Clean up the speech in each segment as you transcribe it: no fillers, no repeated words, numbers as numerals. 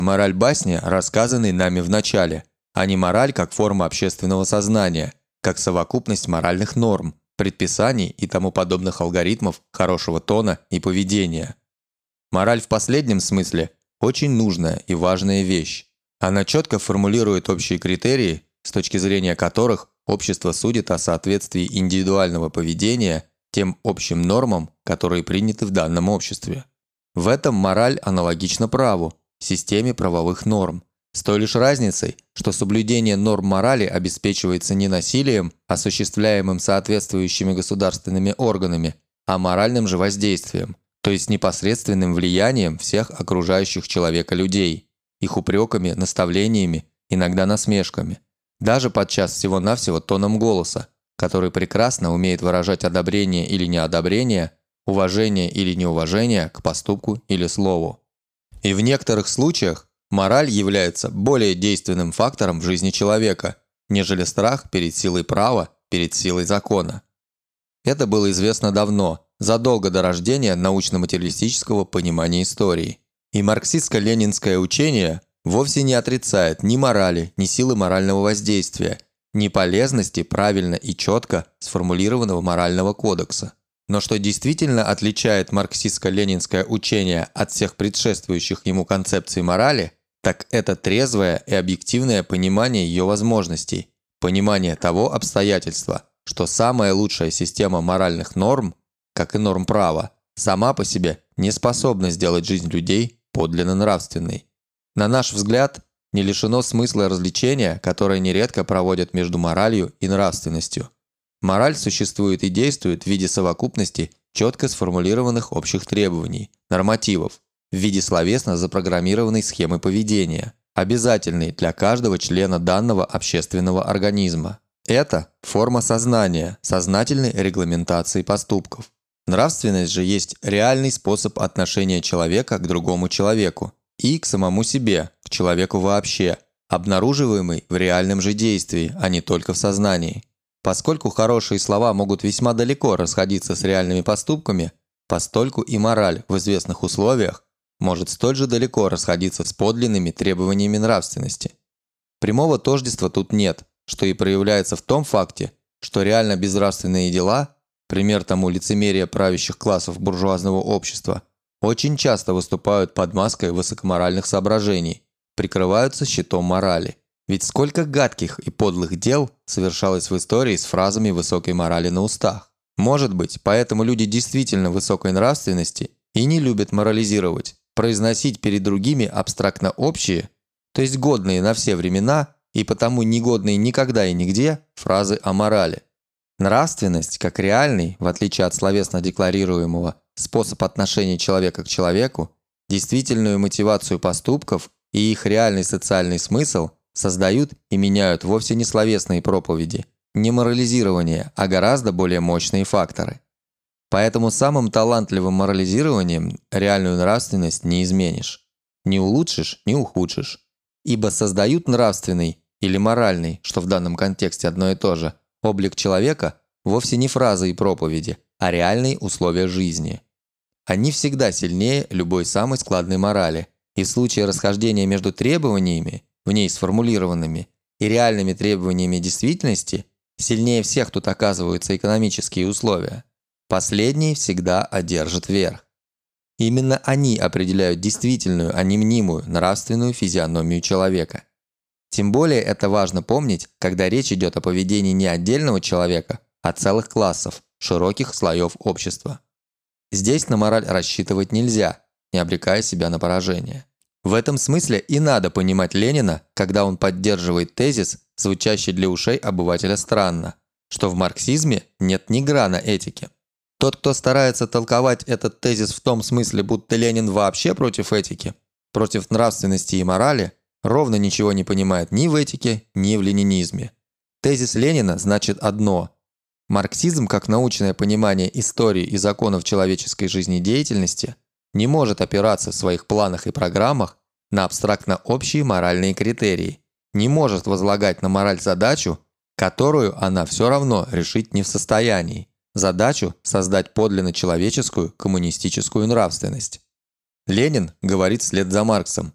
Мораль басни, рассказанной нами в начале, а не мораль как форма общественного сознания, как совокупность моральных норм, предписаний и тому подобных алгоритмов хорошего тона и поведения. Мораль в последнем смысле – очень нужная и важная вещь. Она четко формулирует общие критерии, с точки зрения которых общество судит о соответствии индивидуального поведения тем общим нормам, которые приняты в данном обществе. В этом мораль аналогична праву, системе правовых норм, с той лишь разницей, что соблюдение норм морали обеспечивается не насилием, осуществляемым соответствующими государственными органами, а моральным же воздействием, то есть непосредственным влиянием всех окружающих человека людей, их упреками, наставлениями, иногда насмешками, даже подчас всего-навсего тоном голоса, который прекрасно умеет выражать одобрение или неодобрение, уважение или неуважение к поступку или слову. И в некоторых случаях мораль является более действенным фактором в жизни человека, нежели страх перед силой права, перед силой закона. Это было известно давно, задолго до рождения научно-материалистического понимания истории. И марксистско-ленинское учение вовсе не отрицает ни морали, ни силы морального воздействия, ни полезности правильно и четко сформулированного морального кодекса. Но что действительно отличает марксистско-ленинское учение от всех предшествующих ему концепций морали, так это трезвое и объективное понимание ее возможностей, понимание того обстоятельства, что самая лучшая система моральных норм, как и норм права, сама по себе не способна сделать жизнь людей подлинно нравственной. На наш взгляд, не лишено смысла развлечения, которое нередко проводят между моралью и нравственностью. Мораль существует и действует в виде совокупности четко сформулированных общих требований, нормативов, в виде словесно запрограммированной схемы поведения, обязательной для каждого члена данного общественного организма. Это форма сознания, сознательной регламентации поступков. Нравственность же есть реальный способ отношения человека к другому человеку и к самому себе, к человеку вообще, обнаруживаемый в реальном же действии, а не только в сознании. Поскольку хорошие слова могут весьма далеко расходиться с реальными поступками, постольку и мораль в известных условиях может столь же далеко расходиться с подлинными требованиями нравственности. Прямого тождества тут нет, что и проявляется в том факте, что реально безнравственные дела, пример тому лицемерия правящих классов буржуазного общества, очень часто выступают под маской высокоморальных соображений, прикрываются щитом морали. Ведь сколько гадких и подлых дел совершалось в истории с фразами высокой морали на устах. Может быть, поэтому люди действительно высокой нравственности и не любят морализировать, произносить перед другими абстрактно общие, то есть годные на все времена и потому негодные никогда и нигде фразы о морали. Нравственность, как реальный, в отличие от словесно декларируемого, способ отношения человека к человеку, действительную мотивацию поступков и их реальный социальный смысл создают и меняют вовсе не словесные проповеди, не морализирование, а гораздо более мощные факторы. Поэтому самым талантливым морализированием реальную нравственность не изменишь. Не улучшишь, не ухудшишь. Ибо создают нравственный или моральный, что в данном контексте одно и то же, облик человека вовсе не фразы и проповеди, а реальные условия жизни. Они всегда сильнее любой самой складной морали, и в случае расхождения между требованиями, в ней сформулированными, и реальными требованиями действительности, сильнее всех тут оказываются экономические условия. Последние всегда одержат верх. Именно они определяют действительную, а не мнимую, нравственную физиономию человека. Тем более это важно помнить, когда речь идет о поведении не отдельного человека, а целых классов, широких слоев общества. Здесь на мораль рассчитывать нельзя, не обрекая себя на поражение. В этом смысле и надо понимать Ленина, когда он поддерживает тезис, звучащий для ушей обывателя странно, что в марксизме нет ни грана этики. Тот, кто старается толковать этот тезис в том смысле, будто Ленин вообще против этики, против нравственности и морали, ровно ничего не понимает ни в этике, ни в ленинизме. Тезис Ленина значит одно. Марксизм, как научное понимание истории и законов человеческой жизнедеятельности, не может опираться в своих планах и программах на абстрактно общие моральные критерии, не может возлагать на мораль задачу, которую она все равно решить не в состоянии, задачу создать подлинно человеческую коммунистическую нравственность. Ленин говорит вслед за Марксом: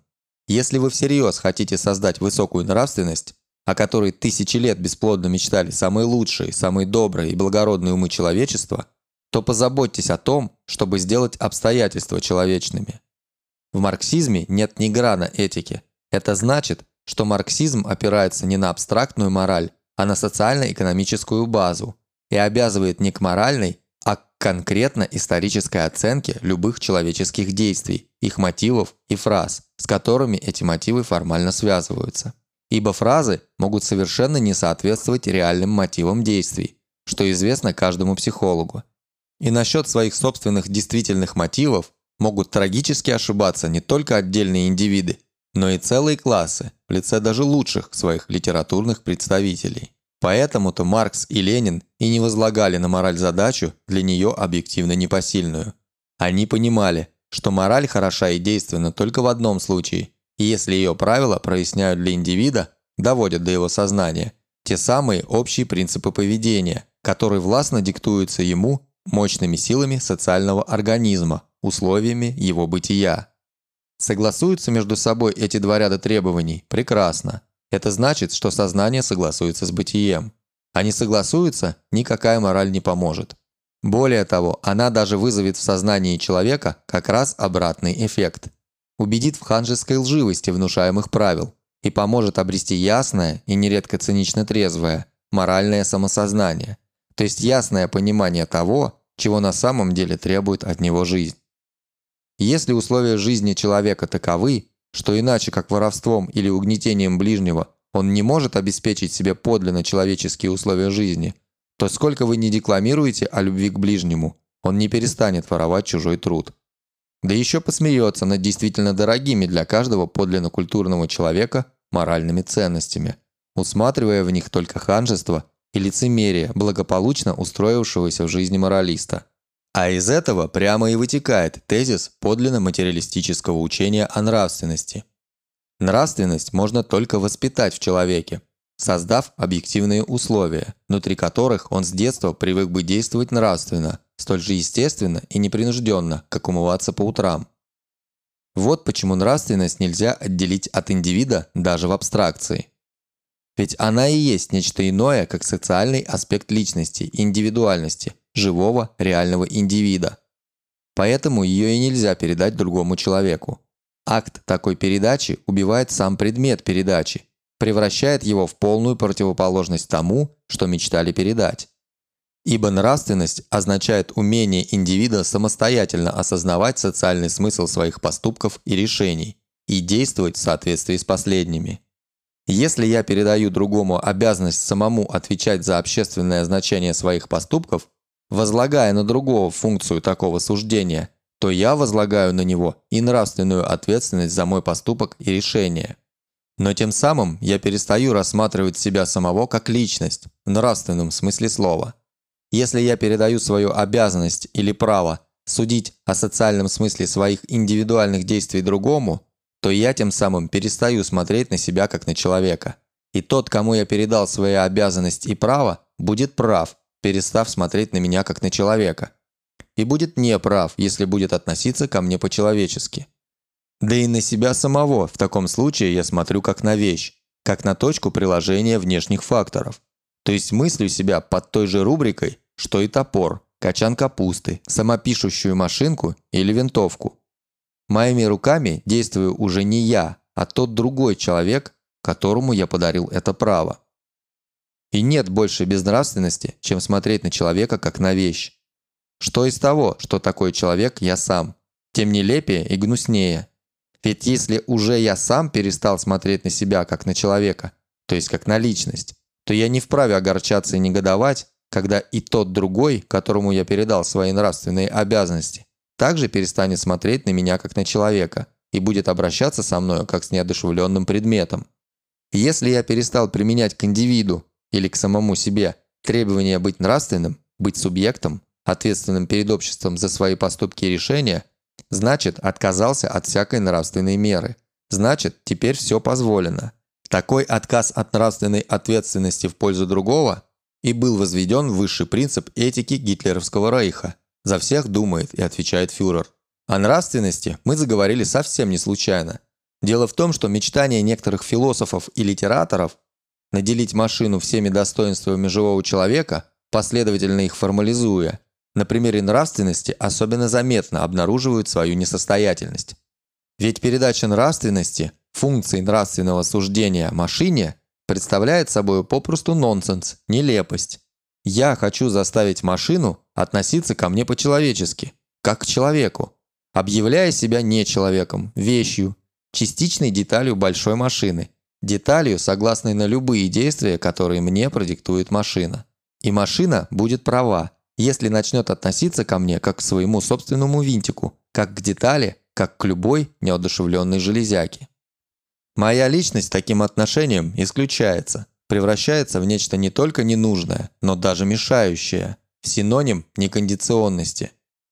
Если вы всерьез хотите создать высокую нравственность, о которой тысячи лет бесплодно мечтали самые лучшие, самые добрые и благородные умы человечества, то позаботьтесь о том, чтобы сделать обстоятельства человечными. В марксизме нет ни грана этики. Это значит, что марксизм опирается не на абстрактную мораль, а на социально-экономическую базу и обязывает не к моральной, а к конкретно исторической оценке любых человеческих действий, их мотивов и фраз, с которыми эти мотивы формально связываются. Ибо фразы могут совершенно не соответствовать реальным мотивам действий, что известно каждому психологу. И насчет своих собственных действительных мотивов могут трагически ошибаться не только отдельные индивиды, но и целые классы, в лице даже лучших своих литературных представителей. Поэтому-то Маркс и Ленин и не возлагали на мораль задачу, для нее объективно непосильную. Они понимали, что мораль хороша и действенна только в одном случае, и если ее правила проясняют для индивида, доводят до его сознания, те самые общие принципы поведения, которые властно диктуются ему мощными силами социального организма, условиями его бытия. Согласуются между собой эти два ряда требований? Прекрасно. Это значит, что сознание согласуется с бытием. А не согласуется, никакая мораль не поможет. Более того, она даже вызовет в сознании человека как раз обратный эффект. Убедит в ханжеской лживости внушаемых правил и поможет обрести ясное и нередко цинично трезвое моральное самосознание, то есть ясное понимание того, чего на самом деле требует от него жизнь. Если условия жизни человека таковы, что иначе как воровством или угнетением ближнего он не может обеспечить себе подлинно человеческие условия жизни, то сколько вы ни декламируете о любви к ближнему, он не перестанет воровать чужой труд. Да еще посмеется над действительно дорогими для каждого подлинно культурного человека моральными ценностями, усматривая в них только ханжество и лицемерие благополучно устроившегося в жизни моралиста. А из этого прямо и вытекает тезис подлинно материалистического учения о нравственности. Нравственность можно только воспитать в человеке, создав объективные условия, внутри которых он с детства привык бы действовать нравственно, столь же естественно и непринужденно, как умываться по утрам. Вот почему нравственность нельзя отделить от индивида даже в абстракции. Ведь она и есть нечто иное, как социальный аспект личности, индивидуальности, живого, реального индивида. Поэтому ее и нельзя передать другому человеку. Акт такой передачи убивает сам предмет передачи, превращает его в полную противоположность тому, что мечтали передать. Ибо нравственность означает умение индивида самостоятельно осознавать социальный смысл своих поступков и решений и действовать в соответствии с последними. Если я передаю другому обязанность самому отвечать за общественное значение своих поступков, возлагая на другого функцию такого суждения, то я возлагаю на него и нравственную ответственность за мой поступок и решение. Но тем самым я перестаю рассматривать себя самого как личность, в нравственном смысле слова. Если я передаю свою обязанность или право судить о социальном смысле своих индивидуальных действий другому, то я тем самым перестаю смотреть на себя как на человека. И тот, кому я передал свои обязанности и право, будет прав, перестав смотреть на меня как на человека. И будет не прав, если будет относиться ко мне по-человечески. Да и на себя самого в таком случае я смотрю как на вещь, как на точку приложения внешних факторов. То есть мыслю себя под той же рубрикой, что и топор, качан капусты, самопишущую машинку или винтовку. Моими руками действую уже не я, а тот другой человек, которому я подарил это право. И нет большей безнравственности, чем смотреть на человека как на вещь. Что из того, что такой человек я сам, тем нелепее и гнуснее. Ведь если уже я сам перестал смотреть на себя как на человека, то есть как на личность, то я не вправе огорчаться и негодовать, когда и тот другой, которому я передал свои нравственные обязанности, также перестанет смотреть на меня как на человека и будет обращаться со мною как с неодушевленным предметом. Если я перестал применять к индивиду или к самому себе требования быть нравственным, быть субъектом, ответственным перед обществом за свои поступки и решения, значит, отказался от всякой нравственной меры. Значит, теперь все позволено. Такой отказ от нравственной ответственности в пользу другого и был возведен в высший принцип этики гитлеровского рейха. За всех думает и отвечает фюрер. О нравственности мы заговорили совсем не случайно. Дело в том, что мечтания некоторых философов и литераторов наделить машину всеми достоинствами живого человека, последовательно их формализуя, на примере нравственности особенно заметно обнаруживают свою несостоятельность. Ведь передача нравственности, функции нравственного суждения машине представляет собой попросту нонсенс, нелепость. Я хочу заставить машину относиться ко мне по-человечески, как к человеку, объявляя себя не человеком, вещью, частичной деталью большой машины, деталью, согласной на любые действия, которые мне продиктует машина. И машина будет права, если начнет относиться ко мне как к своему собственному винтику, как к детали, как к любой неодушевленной железяке. Моя личность таким отношением исключается, превращается в нечто не только ненужное, но даже мешающее, в синоним некондиционности.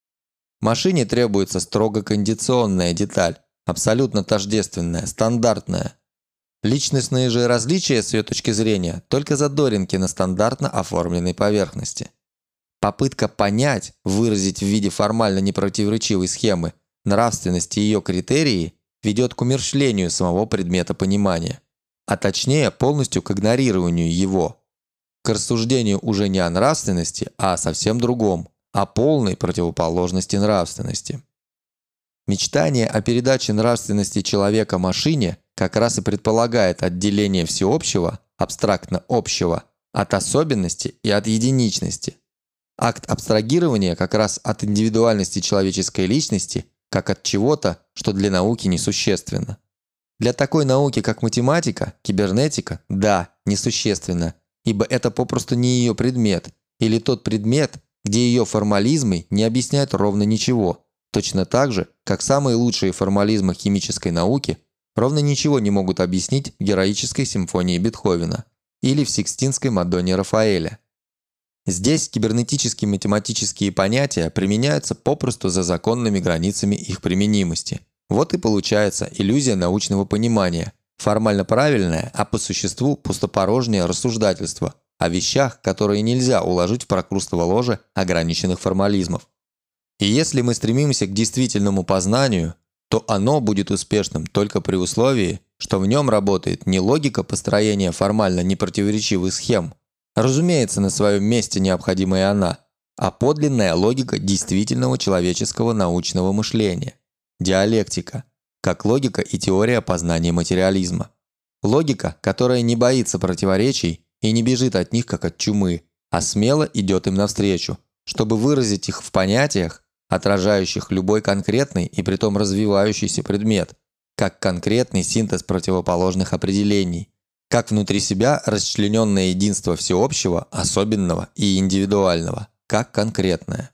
Машине требуется строго кондиционная деталь, абсолютно тождественная, стандартная. Личностные же различия с ее точки зрения только задоринки на стандартно оформленной поверхности. Попытка понять, выразить в виде формально непротиворечивой схемы нравственности и ее критерии ведет к умерщвлению самого предмета понимания, а точнее полностью к игнорированию его, к рассуждению уже не о нравственности, а о совсем другом, о полной противоположности нравственности. Мечтание о передаче нравственности человека машине как раз и предполагает отделение всеобщего, абстрактно общего, от особенности и от единичности. Акт абстрагирования как раз от индивидуальности человеческой личности, как от чего-то, что для науки несущественно. Для такой науки, как математика, кибернетика, да, несущественно, ибо это попросту не ее предмет, или тот предмет, где ее формализмы не объясняют ровно ничего, точно так же, как самые лучшие формализмы химической науки ровно ничего не могут объяснить в героической симфонии Бетховена или в Сикстинской Мадонне Рафаэля. Здесь кибернетические математические понятия применяются попросту за законными границами их применимости. Вот и получается иллюзия научного понимания, формально правильное, а по существу пустопорожнее рассуждательство о вещах, которые нельзя уложить в прокрустово ложе ограниченных формализмов. И если мы стремимся к действительному познанию, то оно будет успешным только при условии, что в нем работает не логика построения формально непротиворечивых схем, разумеется, на своем месте необходимая она, а подлинная логика действительного человеческого научного мышления, диалектика, как логика и теория познания материализма. Логика, которая не боится противоречий и не бежит от них как от чумы, а смело идет им навстречу, чтобы выразить их в понятиях, отражающих любой конкретный и притом развивающийся предмет, как конкретный синтез противоположных определений, как внутри себя расчлененное единство всеобщего, особенного и индивидуального, как конкретное.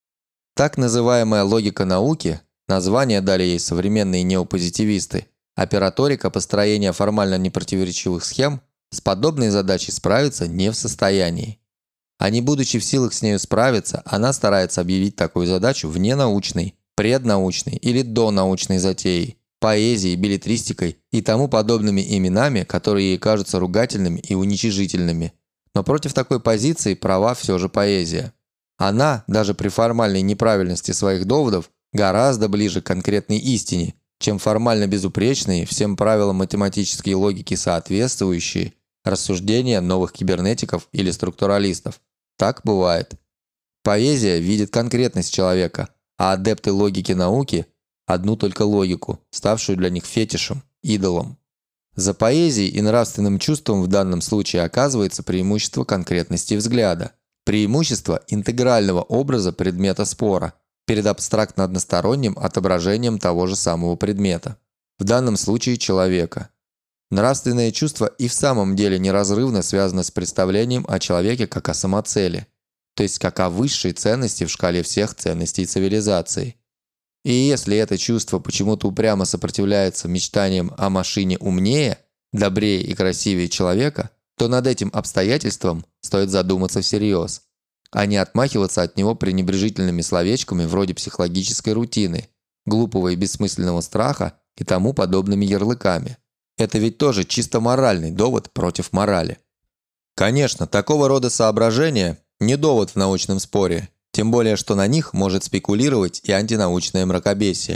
Так называемая логика науки, название дали ей современные неопозитивисты, операторика построения формально непротиворечивых схем, с подобной задачей справиться не в состоянии. А не будучи в силах с нею справиться, она старается объявить такую задачу вненаучной, преднаучной или донаучной затеей, поэзией, беллетристикой и тому подобными именами, которые ей кажутся ругательными и уничижительными. Но против такой позиции права все же поэзия. Она, даже при формальной неправильности своих доводов, гораздо ближе к конкретной истине, чем формально безупречные, всем правилам математической логики соответствующие рассуждения новых кибернетиков или структуралистов. Так бывает. Поэзия видит конкретность человека, а адепты логики науки – одну только логику, ставшую для них фетишем, идолом. За поэзией и нравственным чувством в данном случае оказывается преимущество конкретности взгляда, преимущество интегрального образа предмета спора перед абстрактно-односторонним отображением того же самого предмета, в данном случае человека. Нравственное чувство и в самом деле неразрывно связано с представлением о человеке как о самоцели, то есть как о высшей ценности в шкале всех ценностей цивилизации. И если это чувство почему-то упрямо сопротивляется мечтаниям о машине умнее, добрее и красивее человека, то над этим обстоятельством стоит задуматься всерьез, а не отмахиваться от него пренебрежительными словечками вроде психологической рутины, глупого и бессмысленного страха и тому подобными ярлыками. Это ведь тоже чисто моральный довод против морали. Конечно, такого рода соображения не довод в научном споре, тем более, что на них может спекулировать и антинаучное мракобесие.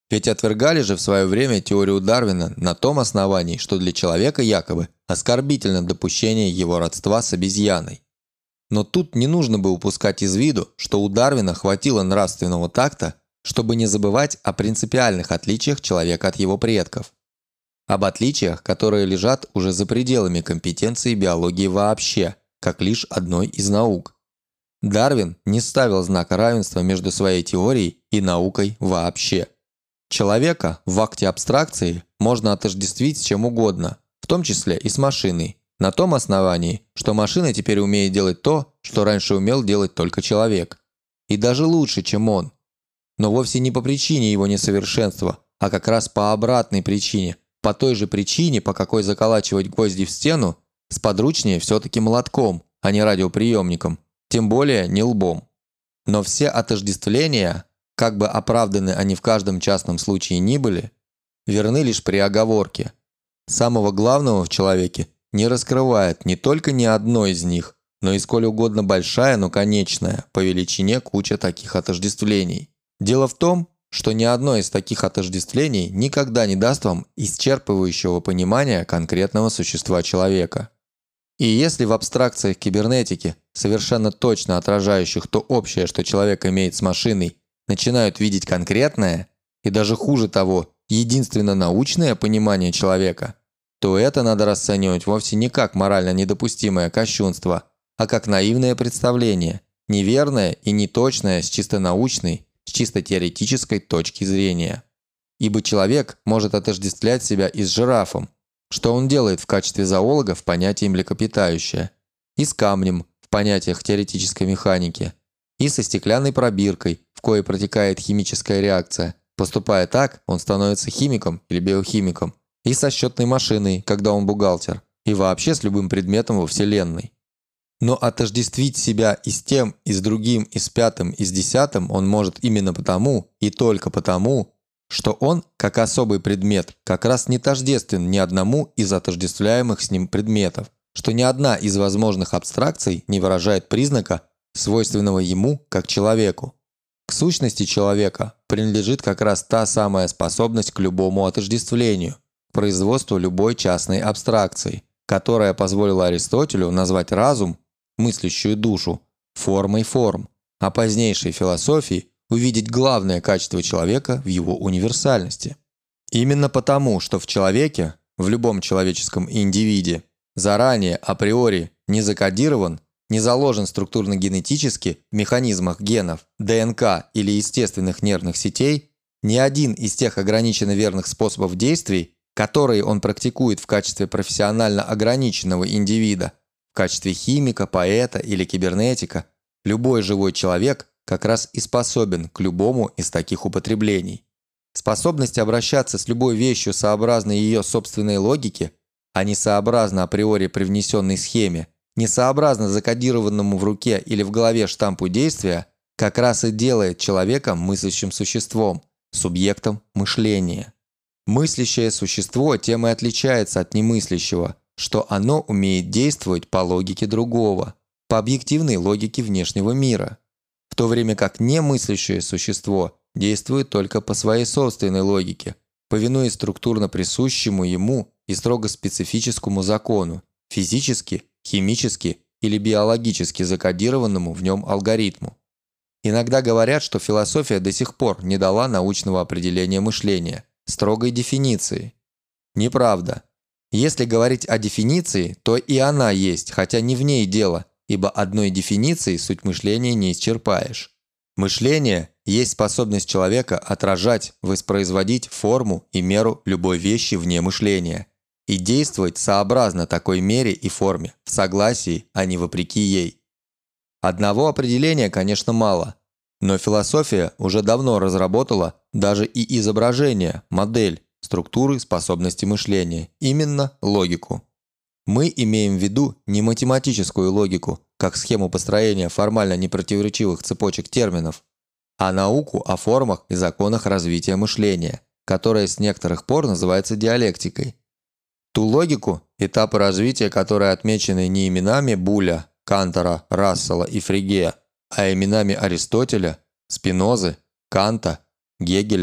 Ведь отвергали же в свое время теорию Дарвина на том основании, что для человека якобы оскорбительно допущение его родства с обезьяной. Но тут не нужно бы упускать из виду, что у Дарвина хватило нравственного такта, чтобы не забывать о принципиальных отличиях человека от его предков. Об отличиях, которые лежат уже за пределами компетенции биологии вообще, как лишь одной из наук. Дарвин не ставил знака равенства между своей теорией и наукой вообще. Человека в акте абстракции можно отождествить с чем угодно, в том числе и с машиной, на том основании, что машина теперь умеет делать то, что раньше умел делать только человек. И даже лучше, чем он. Но вовсе не по причине его несовершенства, а как раз по обратной причине, по той же причине, по какой заколачивать гвозди в стену сподручнее все-таки молотком, а не радиоприемником, тем более не лбом. Но все отождествления, как бы оправданы они в каждом частном случае ни были, верны лишь при оговорке. Самого главного в человеке не раскрывает не только ни одно из них, но и сколь угодно большая, но конечная, по величине куча таких отождествлений. Дело в том, что ни одно из таких отождествлений никогда не даст вам исчерпывающего понимания конкретного существа человека. И если в абстракциях кибернетики, совершенно точно отражающих то общее, что человек имеет с машиной, начинают видеть конкретное, и даже хуже того, единственно научное понимание человека, то это надо расценивать вовсе не как морально недопустимое кощунство, а как наивное представление, неверное и неточное с чисто научной, с чисто теоретической точки зрения. Ибо человек может отождествлять себя и с жирафом, что он делает в качестве зоолога в понятии млекопитающее, и с камнем в понятиях теоретической механики, и со стеклянной пробиркой, в коей протекает химическая реакция. Поступая так, он становится химиком или биохимиком, и со счетной машиной, когда он бухгалтер, и вообще с любым предметом во Вселенной. Но отождествить себя и с тем, и с другим, и с пятым, и с десятым он может именно потому, и только потому, что он, как особый предмет, как раз не тождествен ни одному из отождествляемых с ним предметов, что ни одна из возможных абстракций не выражает признака, свойственного ему как человеку. К сущности человека принадлежит как раз та самая способность к любому отождествлению, к производству любой частной абстракции, которая позволила Аристотелю назвать разум, мыслящую душу, формой форм, а позднейшей философии увидеть главное качество человека в его универсальности. Именно потому, что в человеке, в любом человеческом индивиде, заранее априори не закодирован, не заложен структурно-генетически в механизмах генов, ДНК или естественных нервных сетей ни один из тех ограниченно верных способов действий, которые он практикует в качестве профессионально ограниченного индивида, в качестве химика, поэта или кибернетика, любой живой человек как раз и способен к любому из таких употреблений. Способность обращаться с любой вещью сообразно ее собственной логике, а не сообразно априори привнесенной схеме, не сообразно закодированному в руке или в голове штампу действия, как раз и делает человека мыслящим существом, субъектом мышления. Мыслящее существо тем и отличается от немыслящего, что оно умеет действовать по логике другого, по объективной логике внешнего мира, в то время как немыслящее существо действует только по своей собственной логике, повинуясь структурно присущему ему и строго специфическому закону, физически, химически или биологически закодированному в нем алгоритму. Иногда говорят, что философия до сих пор не дала научного определения мышления, строгой дефиниции. Неправда. Если говорить о дефиниции, то и она есть, хотя не в ней дело, ибо одной дефиницией суть мышления не исчерпаешь. Мышление есть способность человека отражать, воспроизводить форму и меру любой вещи вне мышления и действовать сообразно такой мере и форме, в согласии, а не вопреки ей. Одного определения, конечно, мало, но философия уже давно разработала даже и изображение, модель структуры способности мышления, именно логику. Мы имеем в виду не математическую логику, как схему построения формально непротиворечивых цепочек терминов, а науку о формах и законах развития мышления, которая с некоторых пор называется диалектикой. Ту логику, этапы развития которой отмечены не именами Буля, Кантора, Рассела и Фригея, а именами Аристотеля, Спинозы, Канта, Гегеля,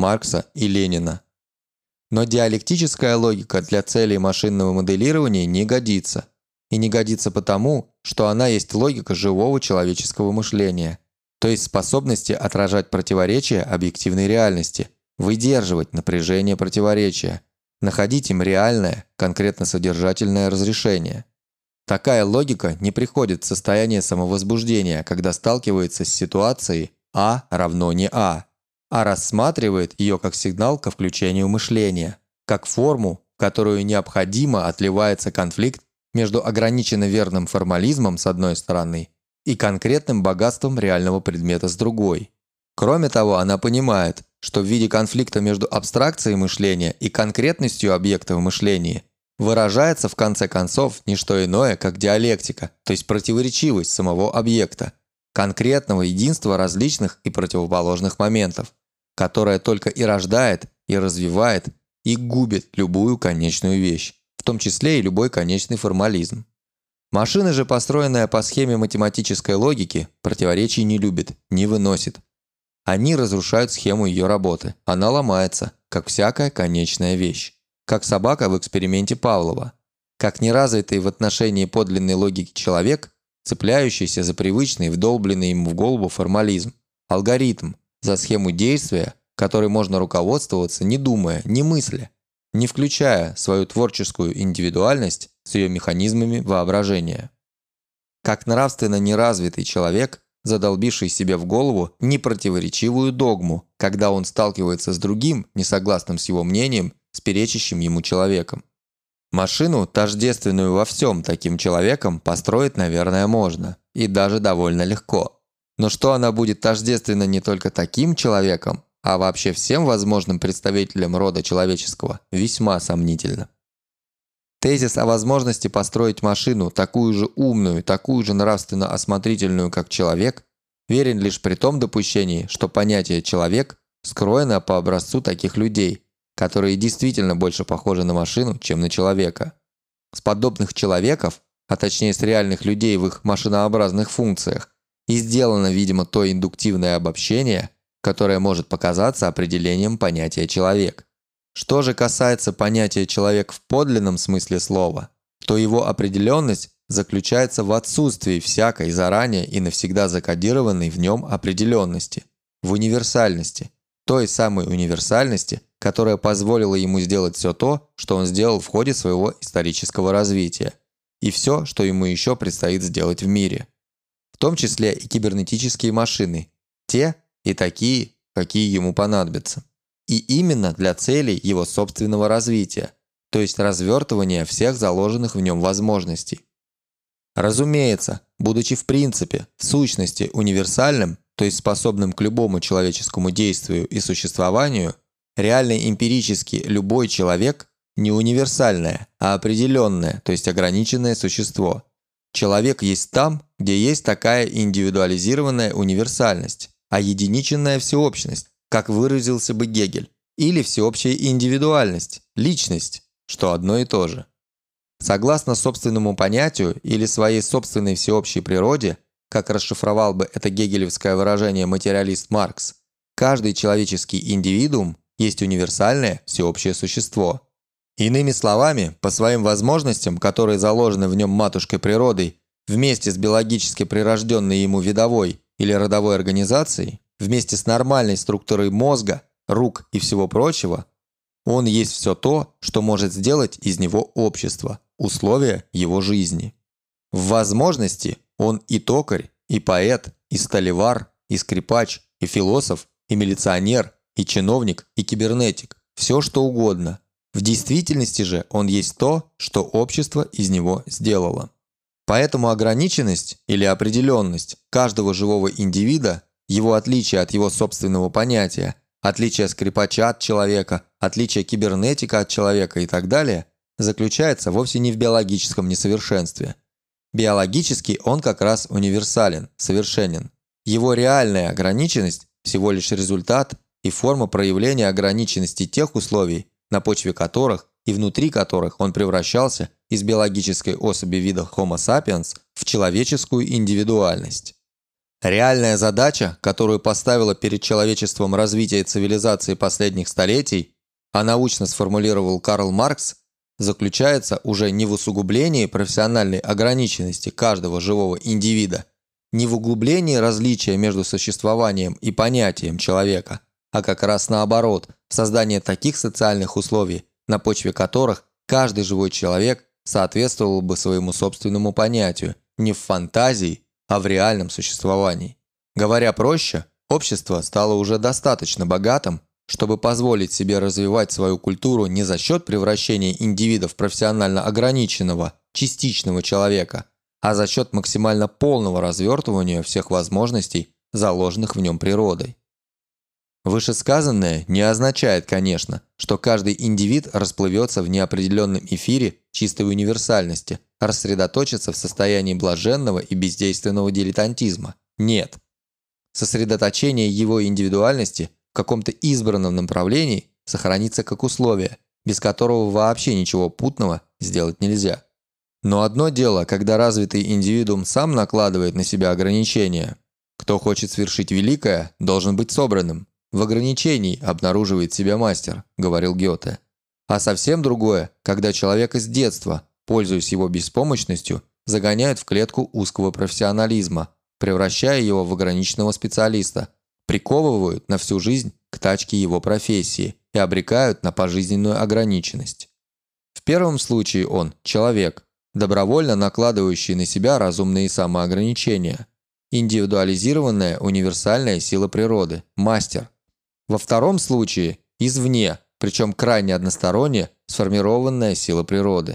Маркса и Ленина. Но диалектическая логика для целей машинного моделирования не годится. И не годится потому, что она есть логика живого человеческого мышления, то есть способности отражать противоречия объективной реальности, выдерживать напряжение противоречия, находить им реальное, конкретно содержательное разрешение. Такая логика не приходит в состояние самовозбуждения, когда сталкивается с ситуацией А равно не А, а рассматривает ее как сигнал ко включению мышления, как форму, в которую необходимо отливается конфликт между ограниченно верным формализмом с одной стороны и конкретным богатством реального предмета с другой. Кроме того, она понимает, что в виде конфликта между абстракцией мышления и конкретностью объекта в мышлении выражается в конце концов не что иное, как диалектика, то есть противоречивость самого объекта, конкретного единства различных и противоположных моментов, которое только и рождает, и развивает, и губит любую конечную вещь, в том числе и любой конечный формализм. Машина же, построенная по схеме математической логики, противоречий не любит, не выносит. Они разрушают схему ее работы, она ломается, как всякая конечная вещь. Как собака в эксперименте Павлова, как неразвитый в отношении подлинной логики человек, цепляющийся за привычный, вдолбленный ему в голову формализм, алгоритм, за схему действия, которой можно руководствоваться, не думая, не мысля, не включая свою творческую индивидуальность с ее механизмами воображения. Как нравственно неразвитый человек, задолбивший себе в голову непротиворечивую догму, когда он сталкивается с другим, несогласным с его мнением, с перечащим ему человеком. Машину, тождественную во всем таким человеком, построить, наверное, можно, и даже довольно легко. Но что она будет тождественна не только таким человеком, а вообще всем возможным представителям рода человеческого, весьма сомнительно. Тезис о возможности построить машину, такую же умную, такую же нравственно осмотрительную, как человек, верен лишь при том допущении, что понятие «человек» скроено по образцу таких людей, которые действительно больше похожи на машину, чем на человека. С подобных человеков, а точнее с реальных людей в их машинообразных функциях, и сделано, видимо, то индуктивное обобщение, которое может показаться определением понятия «человек». Что же касается понятия «человек» в подлинном смысле слова, то его определенность заключается в отсутствии всякой заранее и навсегда закодированной в нем определенности, в универсальности, той самой универсальности, которая позволила ему сделать все то, что он сделал в ходе своего исторического развития, и все, что ему еще предстоит сделать в мире. В том числе и кибернетические машины, те и такие, какие ему понадобятся. И именно для целей его собственного развития, то есть развертывания всех заложенных в нем возможностей. Разумеется, будучи в принципе, в сущности универсальным, то есть способным к любому человеческому действию и существованию, реально эмпирически любой человек не универсальное, а определенное, то есть ограниченное существо. Человек есть там, где есть такая индивидуализированная универсальность, а единиченная всеобщность, как выразился бы Гегель, или всеобщая индивидуальность, личность, что одно и то же. Согласно собственному понятию или своей собственной всеобщей природе, как расшифровал бы это гегелевское выражение материалист Маркс, каждый человеческий индивидуум есть универсальное всеобщее существо. Иными словами, по своим возможностям, которые заложены в нем матушкой природой, вместе с биологически прирожденной ему видовой или родовой организацией, вместе с нормальной структурой мозга, рук и всего прочего, он есть все то, что может сделать из него общество, условия его жизни. В возможности он и токарь, и поэт, и сталевар, и скрипач, и философ, и милиционер, и чиновник, и кибернетик, все что угодно. В действительности же он есть то, что общество из него сделало. Поэтому ограниченность или определенность каждого живого индивида, его отличие от его собственного понятия, отличие скрипача от человека, отличие кибернетика от человека и так далее, заключается вовсе не в биологическом несовершенстве. Биологически он как раз универсален, совершенен. Его реальная ограниченность – всего лишь результат и форма проявления ограниченности тех условий, на почве которых и внутри которых он превращался из биологической особи вида Homo sapiens в человеческую индивидуальность. Реальная задача, которую поставила перед человечеством развитие цивилизации последних столетий, а научно сформулировал Карл Маркс, заключается уже не в усугублении профессиональной ограниченности каждого живого индивида, не в углублении различия между существованием и понятием человека, а как раз наоборот, в создании таких социальных условий, на почве которых каждый живой человек соответствовал бы своему собственному понятию не в фантазии, а в реальном существовании. Говоря проще, общество стало уже достаточно богатым, чтобы позволить себе развивать свою культуру не за счет превращения индивида в профессионально ограниченного, частичного человека, а за счет максимально полного развертывания всех возможностей, заложенных в нем природой. Вышесказанное не означает, конечно, что каждый индивид расплывется в неопределенном эфире чистой универсальности, рассредоточится в состоянии блаженного и бездейственного дилетантизма. Нет. Сосредоточение его индивидуальности в каком-то избранном направлении сохранится как условие, без которого вообще ничего путного сделать нельзя. Но одно дело, когда развитый индивидуум сам накладывает на себя ограничения. Кто хочет свершить великое, должен быть собранным. В ограничении обнаруживает себя мастер, говорил Гёте. А совсем другое, когда человека с детства, пользуясь его беспомощностью, загоняют в клетку узкого профессионализма, превращая его в ограниченного специалиста, приковывают на всю жизнь к тачке его профессии и обрекают на пожизненную ограниченность. В первом случае он – человек, добровольно накладывающий на себя разумные самоограничения, индивидуализированная универсальная сила природы – мастер. Во втором случае – извне, причем крайне односторонне сформированная сила природы.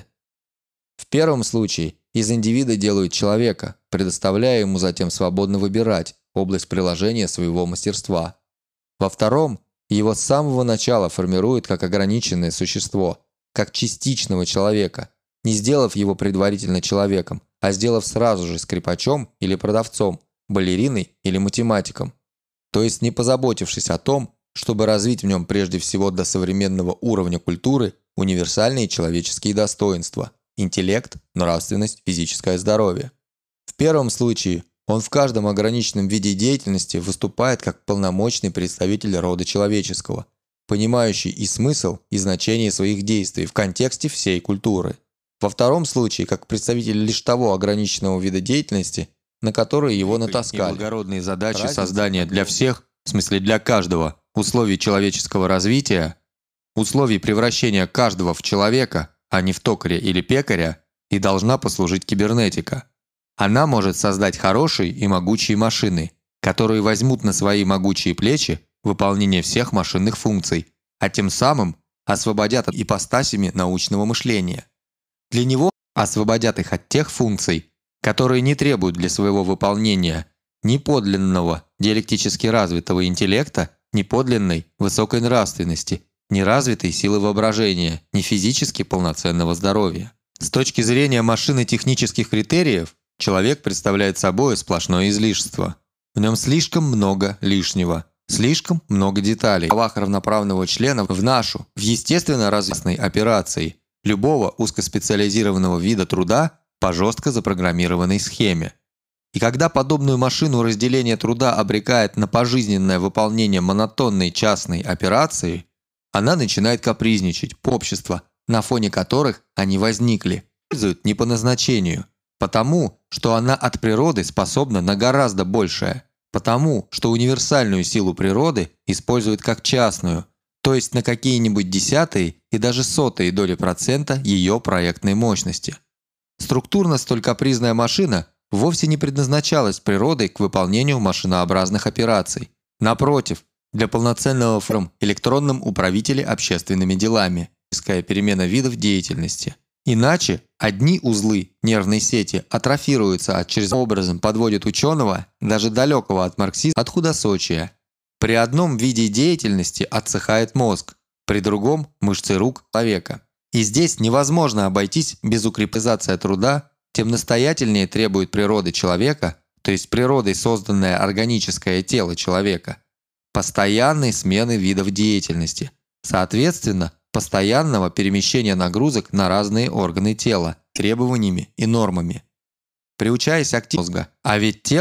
В первом случае из индивида делают человека, предоставляя ему затем свободно выбирать область приложения своего мастерства. Во втором его с самого начала формируют как ограниченное существо, как частичного человека, не сделав его предварительно человеком, а сделав сразу же скрипачом или продавцом, балериной или математиком, то есть не позаботившись о том, чтобы развить в нем прежде всего до современного уровня культуры универсальные человеческие достоинства – интеллект, нравственность, физическое здоровье. В первом случае он в каждом ограниченном виде деятельности выступает как полномочный представитель рода человеческого, понимающий и смысл, и значение своих действий в контексте всей культуры. Во втором случае, как представитель лишь того ограниченного вида деятельности, на который его натаскали. И благородные задачи создания для всех, в смысле для каждого, условий человеческого развития, условий превращения каждого в человека, а не в токаря или пекаря, и должна послужить кибернетика. Она может создать хорошие и могучие машины, которые возьмут на свои могучие плечи выполнение всех машинных функций, а тем самым освободят ипостасями научного мышления. Для него освободят их от тех функций, которые не требуют для своего выполнения ни подлинного диалектически развитого интеллекта, ни подлинной высокой нравственности, ни развитой силы воображения, ни физически полноценного здоровья. С точки зрения машины технических критериев, человек представляет собой сплошное излишество. В нем слишком много лишнего, слишком много деталей. В правах равноправного члена в естественно развитной операции любого узкоспециализированного вида труда по жестко запрограммированной схеме. И когда подобную машину разделения труда обрекает на пожизненное выполнение монотонной частной операции, она начинает капризничать общества, на фоне которых они возникли, используют не по назначению, потому что она от природы способна на гораздо большее, потому что универсальную силу природы используют как частную, то есть на какие-нибудь десятые и даже сотые доли процента ее проектной мощности. Структурно столь капризная машина вовсе не предназначалась природой к выполнению машинообразных операций. Напротив, для полноценного электронном управителе общественными делами, перемена видов деятельности. Иначе одни узлы нервной сети атрофируются, а через образом подводят ученого, даже далекого от марксизма, от худосочия. При одном виде деятельности отсыхает мозг, при другом – мышцы рук человека. И здесь невозможно обойтись без укрепизации труда, тем настоятельнее требует природы человека, то есть природой созданное органическое тело человека, постоянной смены видов деятельности, соответственно, постоянного перемещения нагрузок на разные органы тела, требованиями и нормами. Приучаясь активно мозга, а ведь тело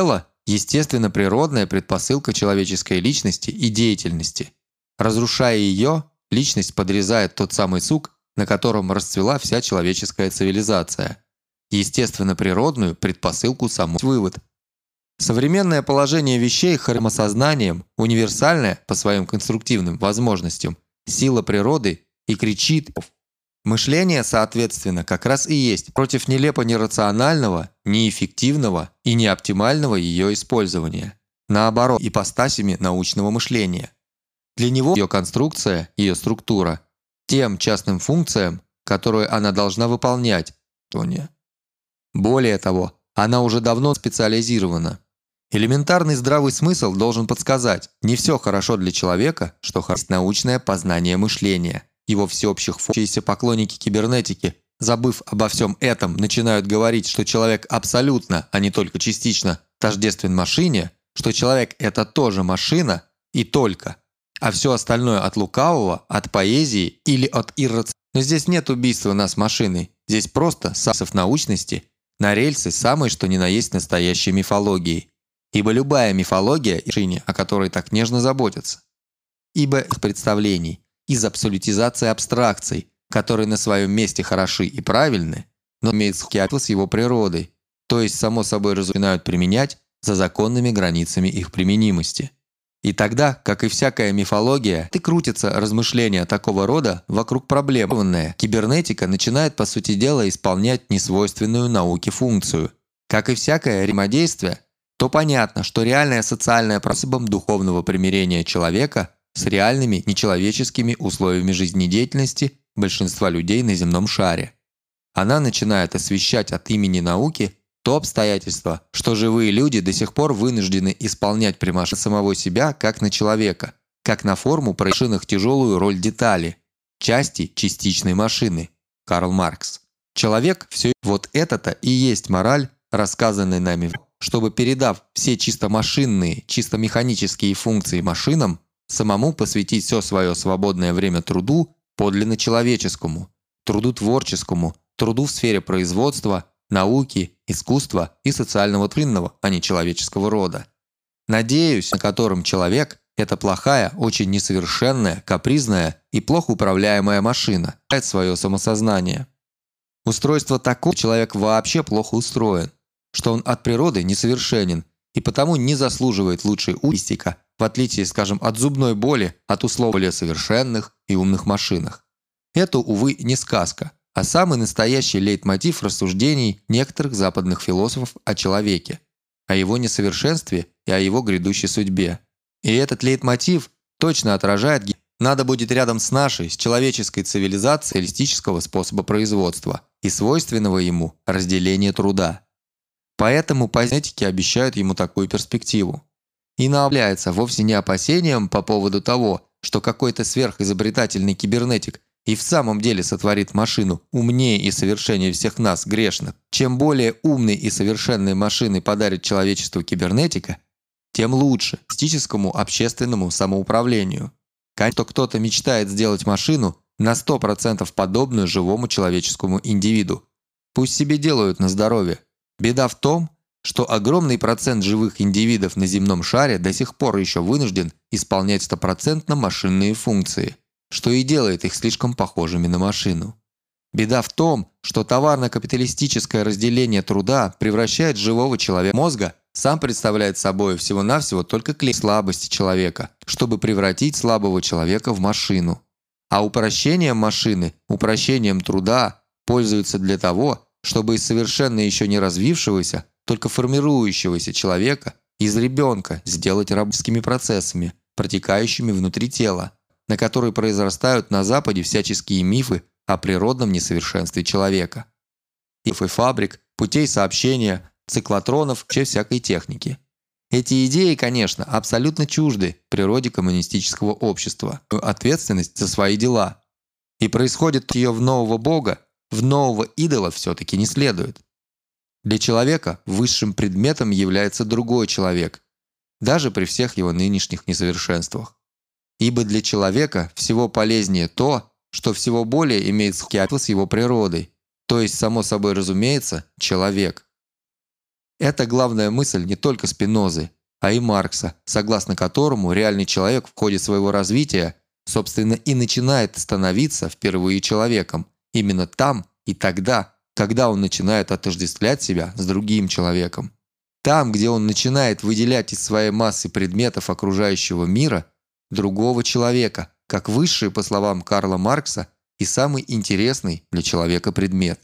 естественно природная предпосылка человеческой личности и деятельности. Разрушая ее, личность подрезает тот самый сук, на котором расцвела вся человеческая цивилизация. Естественно природную предпосылку саму вывод. Современное положение вещей самосознанием, универсальное по своим конструктивным возможностям, сила природы и кричит. Мышление, соответственно, как раз и есть против нелепо нерационального, неэффективного и неоптимального ее использования. Наоборот, ипостасями научного мышления. Для него ее конструкция, ее структура, тем частным функциям, которые она должна выполнять, более того, она уже давно специализирована. Элементарный здравый смысл должен подсказать, не все хорошо для человека, что есть научное познание мышления. Его всеобщих поклонники кибернетики, забыв обо всем этом, начинают говорить, что человек абсолютно, а не только частично, тождествен машине, что человек – это тоже машина и только, а все остальное от лукавого, от поэзии или от иррациональности. Но здесь нет убийства нас машиной, здесь просто сасов научности на рельсы самой что ни на есть настоящей мифологии. Ибо любая мифология, о которой так нежно заботятся, ибо их представлений, из абсолютизации абстракций, которые на своем месте хороши и правильны, но имеют схватку с его природой, то есть само собой начинают применять за законными границами их применимости. И тогда, как и всякая мифология, крутятся размышления такого рода вокруг проблемы. Кибернетика начинает, по сути дела, исполнять несвойственную науке функцию. Как и всякое взаимодействие, то понятно, что реальное социальное способом духовного примирения человека с реальными нечеловеческими условиями жизнедеятельности большинства людей на земном шаре. Она начинает освещать от имени науки то обстоятельство, что живые люди до сих пор вынуждены исполнять примаши самого себя как на человека, как на форму проявивших тяжелую роль детали, части частичной машины. Карл Маркс. Человек все вот это-то и есть мораль, рассказанная нами, чтобы, передав все чисто машинные, чисто механические функции машинам, самому посвятить все свое свободное время труду подлинно человеческому, труду творческому, труду в сфере производства, науки, искусства и социального тлинного, а не человеческого рода. Надеюсь, на котором человек – это плохая, очень несовершенная, капризная и плохо управляемая машина, свое самосознание. Устройство такого, человек вообще плохо устроен, что он от природы несовершенен и потому не заслуживает лучшей участика, в отличие, скажем, от зубной боли, от условий более совершенных и умных машинах. Это, увы, не сказка, а самый настоящий лейтмотив рассуждений некоторых западных философов о человеке, о его несовершенстве и о его грядущей судьбе. И этот лейтмотив точно отражает надо будет рядом с нашей, с человеческой цивилизацией реалистического способа производства и свойственного ему разделения труда. Поэтому познетики обещают ему такую перспективу. И наобляется вовсе не опасением по поводу того, что какой-то сверхизобретательный кибернетик и в самом деле сотворит машину умнее и совершеннее всех нас, грешных. Чем более умной и совершенной машины подарит человечеству кибернетика, тем лучше статистическому общественному самоуправлению. Конечно, кто-то мечтает сделать машину на 100% подобную живому человеческому индивиду. Пусть себе делают на здоровье. Беда в том, что огромный процент живых индивидов на земном шаре до сих пор еще вынужден исполнять 100% машинные функции, что и делает их слишком похожими на машину. Беда в том, что товарно-капиталистическое разделение труда превращает живого человека мозга, сам представляет собой всего-навсего только клей слабости человека, чтобы превратить слабого человека в машину. А упрощением машины, упрощением труда пользуются для того, чтобы из совершенно еще не развившегося, только формирующегося человека, из ребенка сделать рабскими процессами, протекающими внутри тела, на которые произрастают на Западе всяческие мифы о природном несовершенстве человека. И фабрик, путей сообщения, циклотронов, всякой техники. Эти идеи, конечно, абсолютно чужды природе коммунистического общества, ответственность за свои дела. И происходит ее в нового бога, в нового идола все-таки не следует. Для человека высшим предметом является другой человек, даже при всех его нынешних несовершенствах. Ибо для человека всего полезнее то, что всего более имеет сходство с его природой, то есть, само собой разумеется, человек. Это главная мысль не только Спинозы, а и Маркса, согласно которому реальный человек в ходе своего развития, собственно, и начинает становиться впервые человеком, именно там и тогда, когда он начинает отождествлять себя с другим человеком. Там, где он начинает выделять из своей массы предметов окружающего мира другого человека, как высший, по словам Карла Маркса, и самый интересный для человека предмет.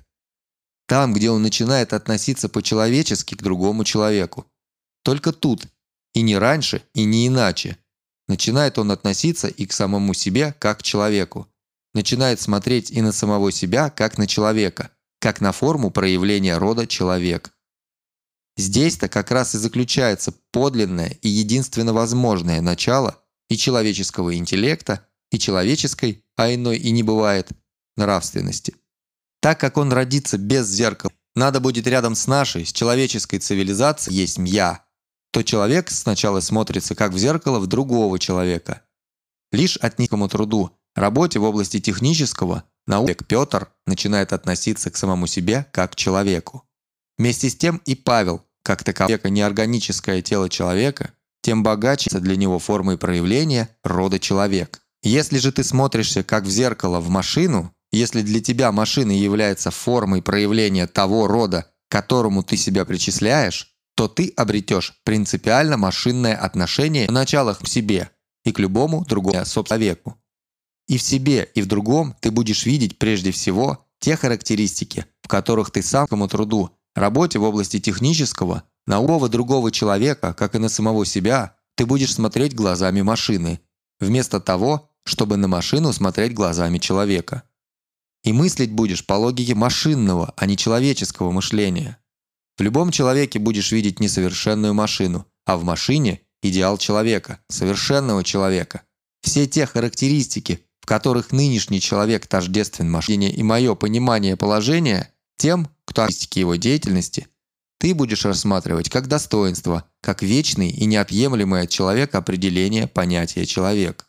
Там, где он начинает относиться по-человечески к другому человеку. Только тут, и не раньше, и не иначе, начинает он относиться и к самому себе, как к человеку. Начинает смотреть и на самого себя, как на человека, как на форму проявления рода человек. Здесь-то как раз и заключается подлинное и единственно возможное начало и человеческого интеллекта, и человеческой, а иной и не бывает, нравственности. Так как он родится без зеркала, надо будет рядом с нашей, с человеческой цивилизацией, есть «я», то человек сначала смотрится как в зеркало в другого человека. Лишь от некому труду, работе в области технического, наук Петр начинает относиться к самому себе как к человеку. Вместе с тем и Павел, как таковое неорганическое тело человека, тем богаче для него формой проявления рода человек. Если же ты смотришься как в зеркало в машину, если для тебя машина является формой проявления того рода, к которому ты себя причисляешь, то ты обретешь принципиально машинное отношение в началах к себе и к любому другому человеку. И в себе, и в другом ты будешь видеть прежде всего те характеристики, в которых ты сам кому труду, работе в области технического, на любого другого человека, как и на самого себя, ты будешь смотреть глазами машины, вместо того, чтобы на машину смотреть глазами человека. И мыслить будешь по логике машинного, а не человеческого мышления. В любом человеке будешь видеть не совершенную машину, а в машине – идеал человека, совершенного человека. Все те характеристики, в которых нынешний человек тождествен машине, и мое понимание положения тем, кто характеристики его деятельности, ты будешь рассматривать как достоинство, как вечный и неотъемлемый от человека определение понятия «человек».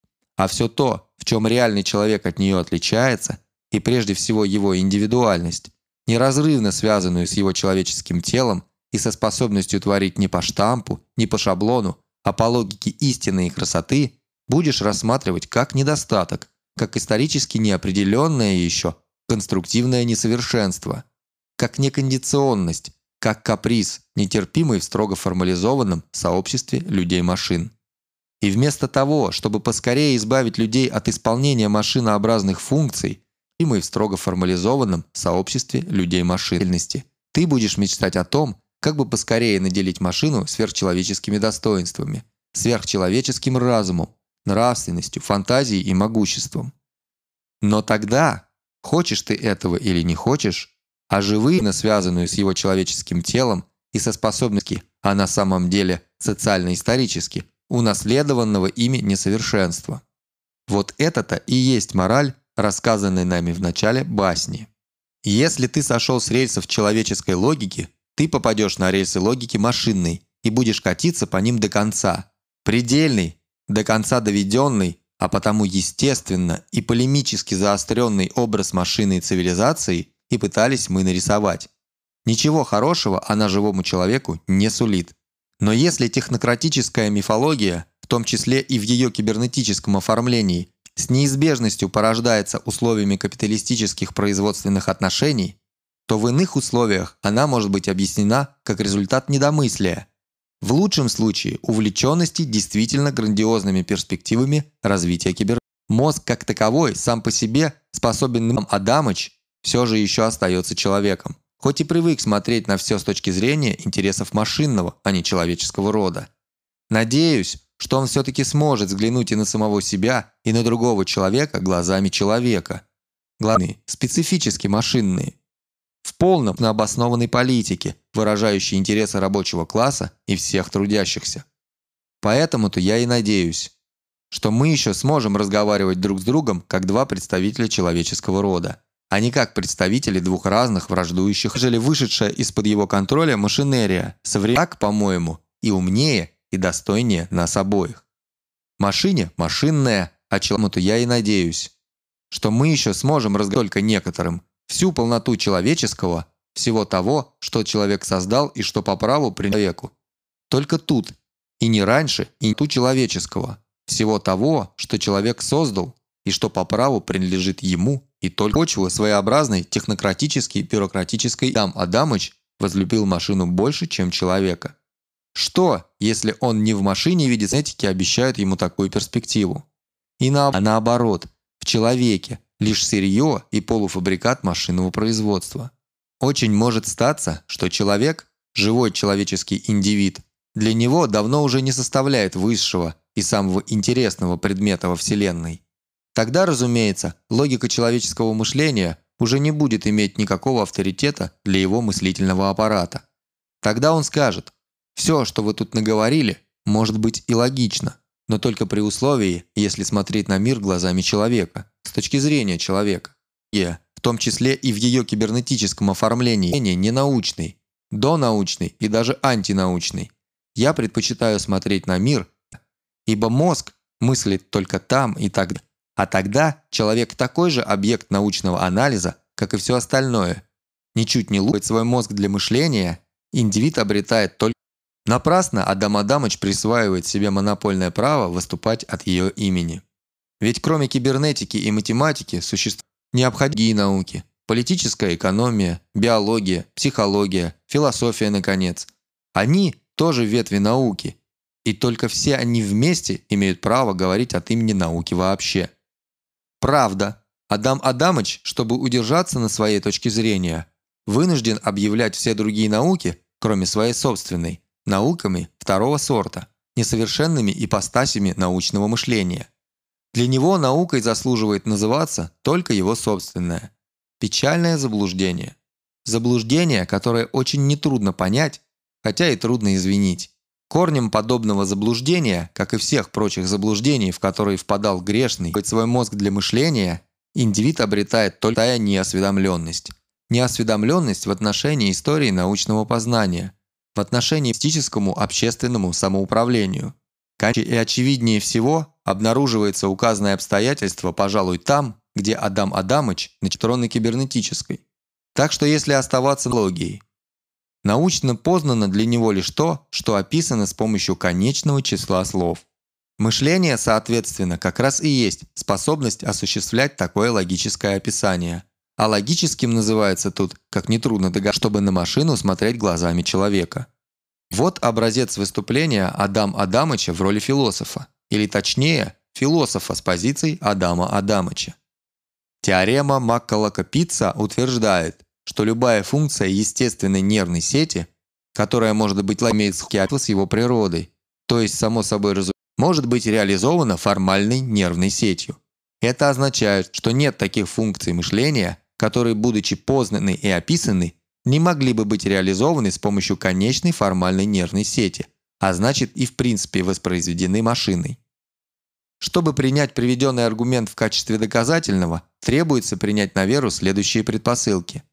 А все то, в чем реальный человек от нее отличается, и прежде всего его индивидуальность, неразрывно связанную с его человеческим телом и со способностью творить не по штампу, не по шаблону, а по логике истины и красоты, будешь рассматривать как недостаток, как исторически неопределенное еще конструктивное несовершенство, как некондиционность, как каприз, нетерпимый в строго формализованном сообществе людей-машин. И вместо того, чтобы поскорее избавить людей от исполнения машинообразных функций, и в строго формализованном сообществе людей-машинности, ты будешь мечтать о том, как бы поскорее наделить машину сверхчеловеческими достоинствами, сверхчеловеческим разумом, нравственностью, фантазией и могуществом. Но тогда, хочешь ты этого или не хочешь, а живые, связанную с его человеческим телом и со способностью, а на самом деле социально-исторически, унаследованного ими несовершенства. Вот это-то и есть мораль, рассказанной нами в начале басни. Если ты сошел с рельсов человеческой логики, ты попадешь на рельсы логики машинной и будешь катиться по ним до конца. Предельный, до конца доведенный, а потому естественно и полемически заостренный образ машинной цивилизации и пытались мы нарисовать. Ничего хорошего она живому человеку не сулит. Но если технократическая мифология, в том числе и в ее кибернетическом оформлении, с неизбежностью порождается условиями капиталистических производственных отношений, то в иных условиях она может быть объяснена как результат недомыслия. В лучшем случае увлеченности действительно грандиозными перспективами развития кибернетики. Мозг как таковой сам по себе способен Адамыч все же еще остается человеком, хоть и привык смотреть на все с точки зрения интересов машинного, а не человеческого рода. Надеюсь, что он все-таки сможет взглянуть и на самого себя, и на другого человека глазами человека. Главные, специфически машинные. В полном обоснованной политике, выражающей интересы рабочего класса и всех трудящихся. Поэтому-то я и надеюсь, что мы еще сможем разговаривать друг с другом как два представителя человеческого рода, а не как представители двух разных враждующих, ежели вышедшая из-под его контроля машинерия, так, по-моему, и умнее, и достойнее нас обоих. Машине – машинная, а чему-то я и надеюсь, что мы еще сможем разговаривать только некоторым всю полноту человеческого, всего того, что человек создал и что по праву принадлежит человеку. Только тут, и не раньше, и не тут человеческого, всего того, что человек создал и что по праву принадлежит ему, и только почву своеобразной технократической бюрократической Адам Адамыч возлюбил машину больше, чем человека. Что, если он не в машине видит этики, обещают ему такую перспективу? А наоборот, в человеке лишь сырье и полуфабрикат машинного производства. Очень может статься, что человек, живой человеческий индивид, для него давно уже не составляет высшего и самого интересного предмета во Вселенной. Тогда, разумеется, логика человеческого мышления уже не будет иметь никакого авторитета для его мыслительного аппарата. Тогда он скажет: «Все, что вы тут наговорили, может быть и логично, но только при условии, если смотреть на мир глазами человека, с точки зрения человека. В том числе и в ее кибернетическом оформлении, не научный, донаучный и даже антинаучный. Я предпочитаю смотреть на мир, ибо мозг мыслит только там и тогда. А тогда человек такой же объект научного анализа, как и все остальное. Ничуть не лучше свой мозг для мышления, индивид обретает только... Напрасно Адам Адамыч присваивает себе монопольное право выступать от ее имени. Ведь кроме кибернетики и математики существуют необходимые науки: политическая экономия, биология, психология, философия, наконец. Они тоже ветви науки, и только все они вместе имеют право говорить от имени науки вообще. Правда, Адам Адамыч, чтобы удержаться на своей точке зрения, вынужден объявлять все другие науки, кроме своей собственной, науками второго сорта, несовершенными ипостасями научного мышления. Для него наукой заслуживает называться только его собственное. Печальное заблуждение. Заблуждение, которое очень нетрудно понять, хотя и трудно извинить. Корнем подобного заблуждения, как и всех прочих заблуждений, в которые впадал грешный, свой мозг для мышления, индивид обретает только неосведомленность. Неосведомленность в отношении истории научного познания, в отношении мистическому общественному самоуправлению. И очевиднее всего обнаруживается указанное обстоятельство, пожалуй, там, где Адам Адамыч на электронно-кибернетической. Так что если оставаться логией, научно познано для него лишь то, что описано с помощью конечного числа слов. Мышление, соответственно, как раз и есть способность осуществлять такое логическое описание. А логическим называется тут, как нетрудно догадаться, чтобы на машину смотреть глазами человека. Вот образец выступления Адам Адамыча в роли философа, или точнее, философа с позиций Адама Адамыча. Теорема Макколока-Питца утверждает, что любая функция естественной нервной сети, которая может быть имеет сходство с его природой, то есть, само собой разумеется, может быть реализована формальной нервной сетью. Это означает, что нет таких функций мышления, которые, будучи познаны и описаны, не могли бы быть реализованы с помощью конечной формальной нервной сети, а значит и в принципе воспроизведены машиной. Чтобы принять приведенный аргумент в качестве доказательного, требуется принять на веру следующие предпосылки.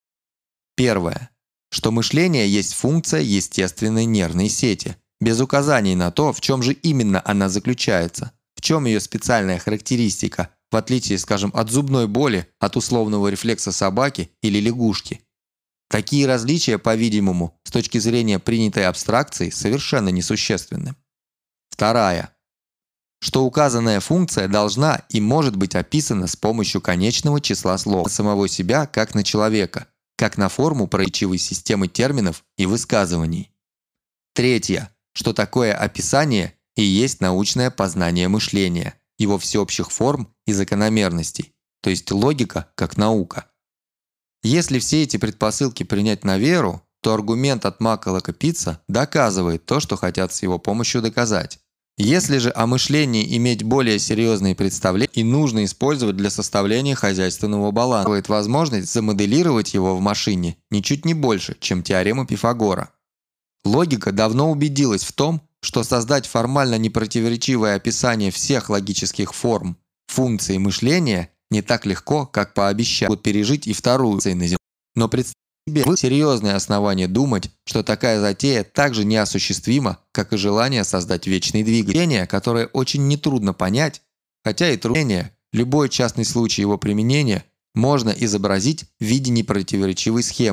Первое. Что мышление есть функция естественной нервной сети, без указаний на то, в чем же именно она заключается, в чем ее специальная характеристика, в отличие, скажем, от зубной боли, от условного рефлекса собаки или лягушки. Такие различия, по-видимому, с точки зрения принятой абстракции, совершенно несущественны. Вторая. Что указанная функция должна и может быть описана с помощью конечного числа слов на самого себя, как на человека, как на форму противоречивой системы терминов и высказываний. Третье. Что такое описание и есть научное познание мышления, его всеобщих форм и закономерностей, то есть логика как наука. Если все эти предпосылки принять на веру, то аргумент от Макколока-Питца доказывает то, что хотят с его помощью доказать. Если же о мышлении иметь более серьезные представления и нужно использовать для составления хозяйственного баланса, будет возможность замоделировать его в машине ничуть не больше, чем теорема Пифагора. Логика давно убедилась в том, что создать формально непротиворечивое описание всех логических форм, функций мышления не так легко, как пообещать пережить и вторую цель на Земле. Но представьте себе серьезные основания думать, что такая затея так же неосуществима, как и желание создать вечный двигатель, которое очень нетрудно понять, хотя и труднее, любой частный случай его применения можно изобразить в виде непротиворечивой схемы,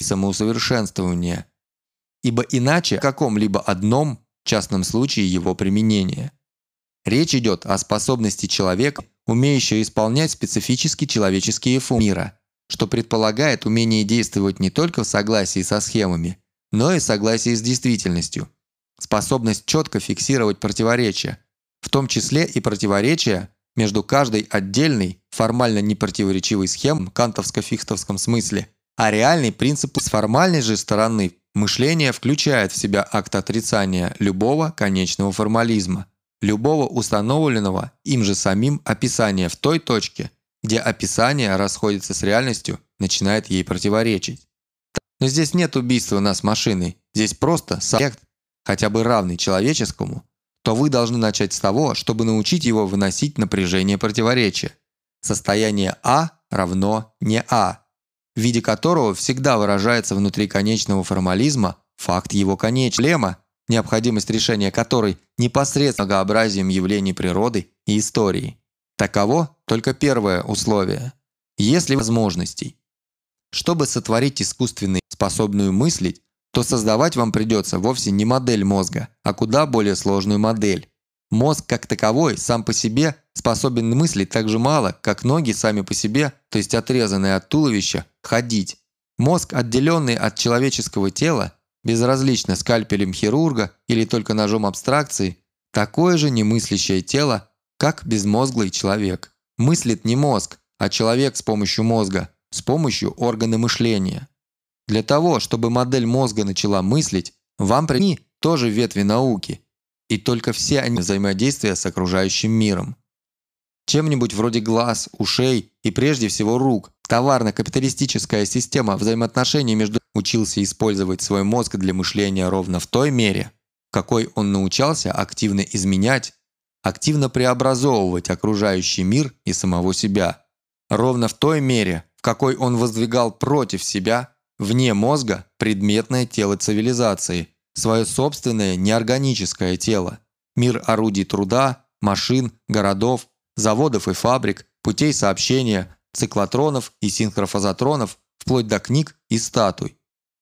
самоусовершенствования, ибо иначе в каком-либо одном частном случае его применения. Речь идет о способности человека, умеющего исполнять специфические человеческие функции мира, что предполагает умение действовать не только в согласии со схемами, но и в согласии с действительностью. Способность четко фиксировать противоречия, в том числе и противоречия между каждой отдельной, формально непротиворечивой схемой в кантовско-фихтовском смысле, а реальный принцип с формальной же стороны мышление включает в себя акт отрицания любого конечного формализма, любого установленного им же самим описания в той точке, где описание расходится с реальностью, начинает ей противоречить. Но здесь нет убийства нас машиной, здесь просто объект, хотя бы равный человеческому, то вы должны начать с того, чтобы научить его выносить напряжение противоречия. Состояние А равно не А, в виде которого всегда выражается внутри конечного формализма факт его конечного, необходимость решения которой непосредственно многообразием явлений природы и истории. Таково только первое условие. Если возможностей. Чтобы сотворить искусственную способную мыслить, то создавать вам придется вовсе не модель мозга, а куда более сложную модель. Мозг как таковой сам по себе способен мыслить так же мало, как ноги сами по себе, то есть отрезанные от туловища, ходить. Мозг, отделенный от человеческого тела, безразлично скальпелем хирурга или только ножом абстракции, такое же немыслящее тело, как безмозглый человек. Мыслит не мозг, а человек с помощью мозга, с помощью органа мышления. Для того, чтобы модель мозга начала мыслить, вам придется тоже ветви науки, и только все они взаимодействия с окружающим миром. Чем-нибудь вроде глаз, ушей и прежде всего рук, товарно-капиталистическая система взаимоотношений между учился использовать свой мозг для мышления ровно в той мере, в какой он научался активно изменять, активно преобразовывать окружающий мир и самого себя, ровно в той мере, в какой он воздвигал против себя, вне мозга, предметное тело цивилизации, свое собственное неорганическое тело, мир орудий труда, машин, городов, заводов и фабрик, путей сообщения, циклотронов и синхрофазотронов, вплоть до книг и статуй.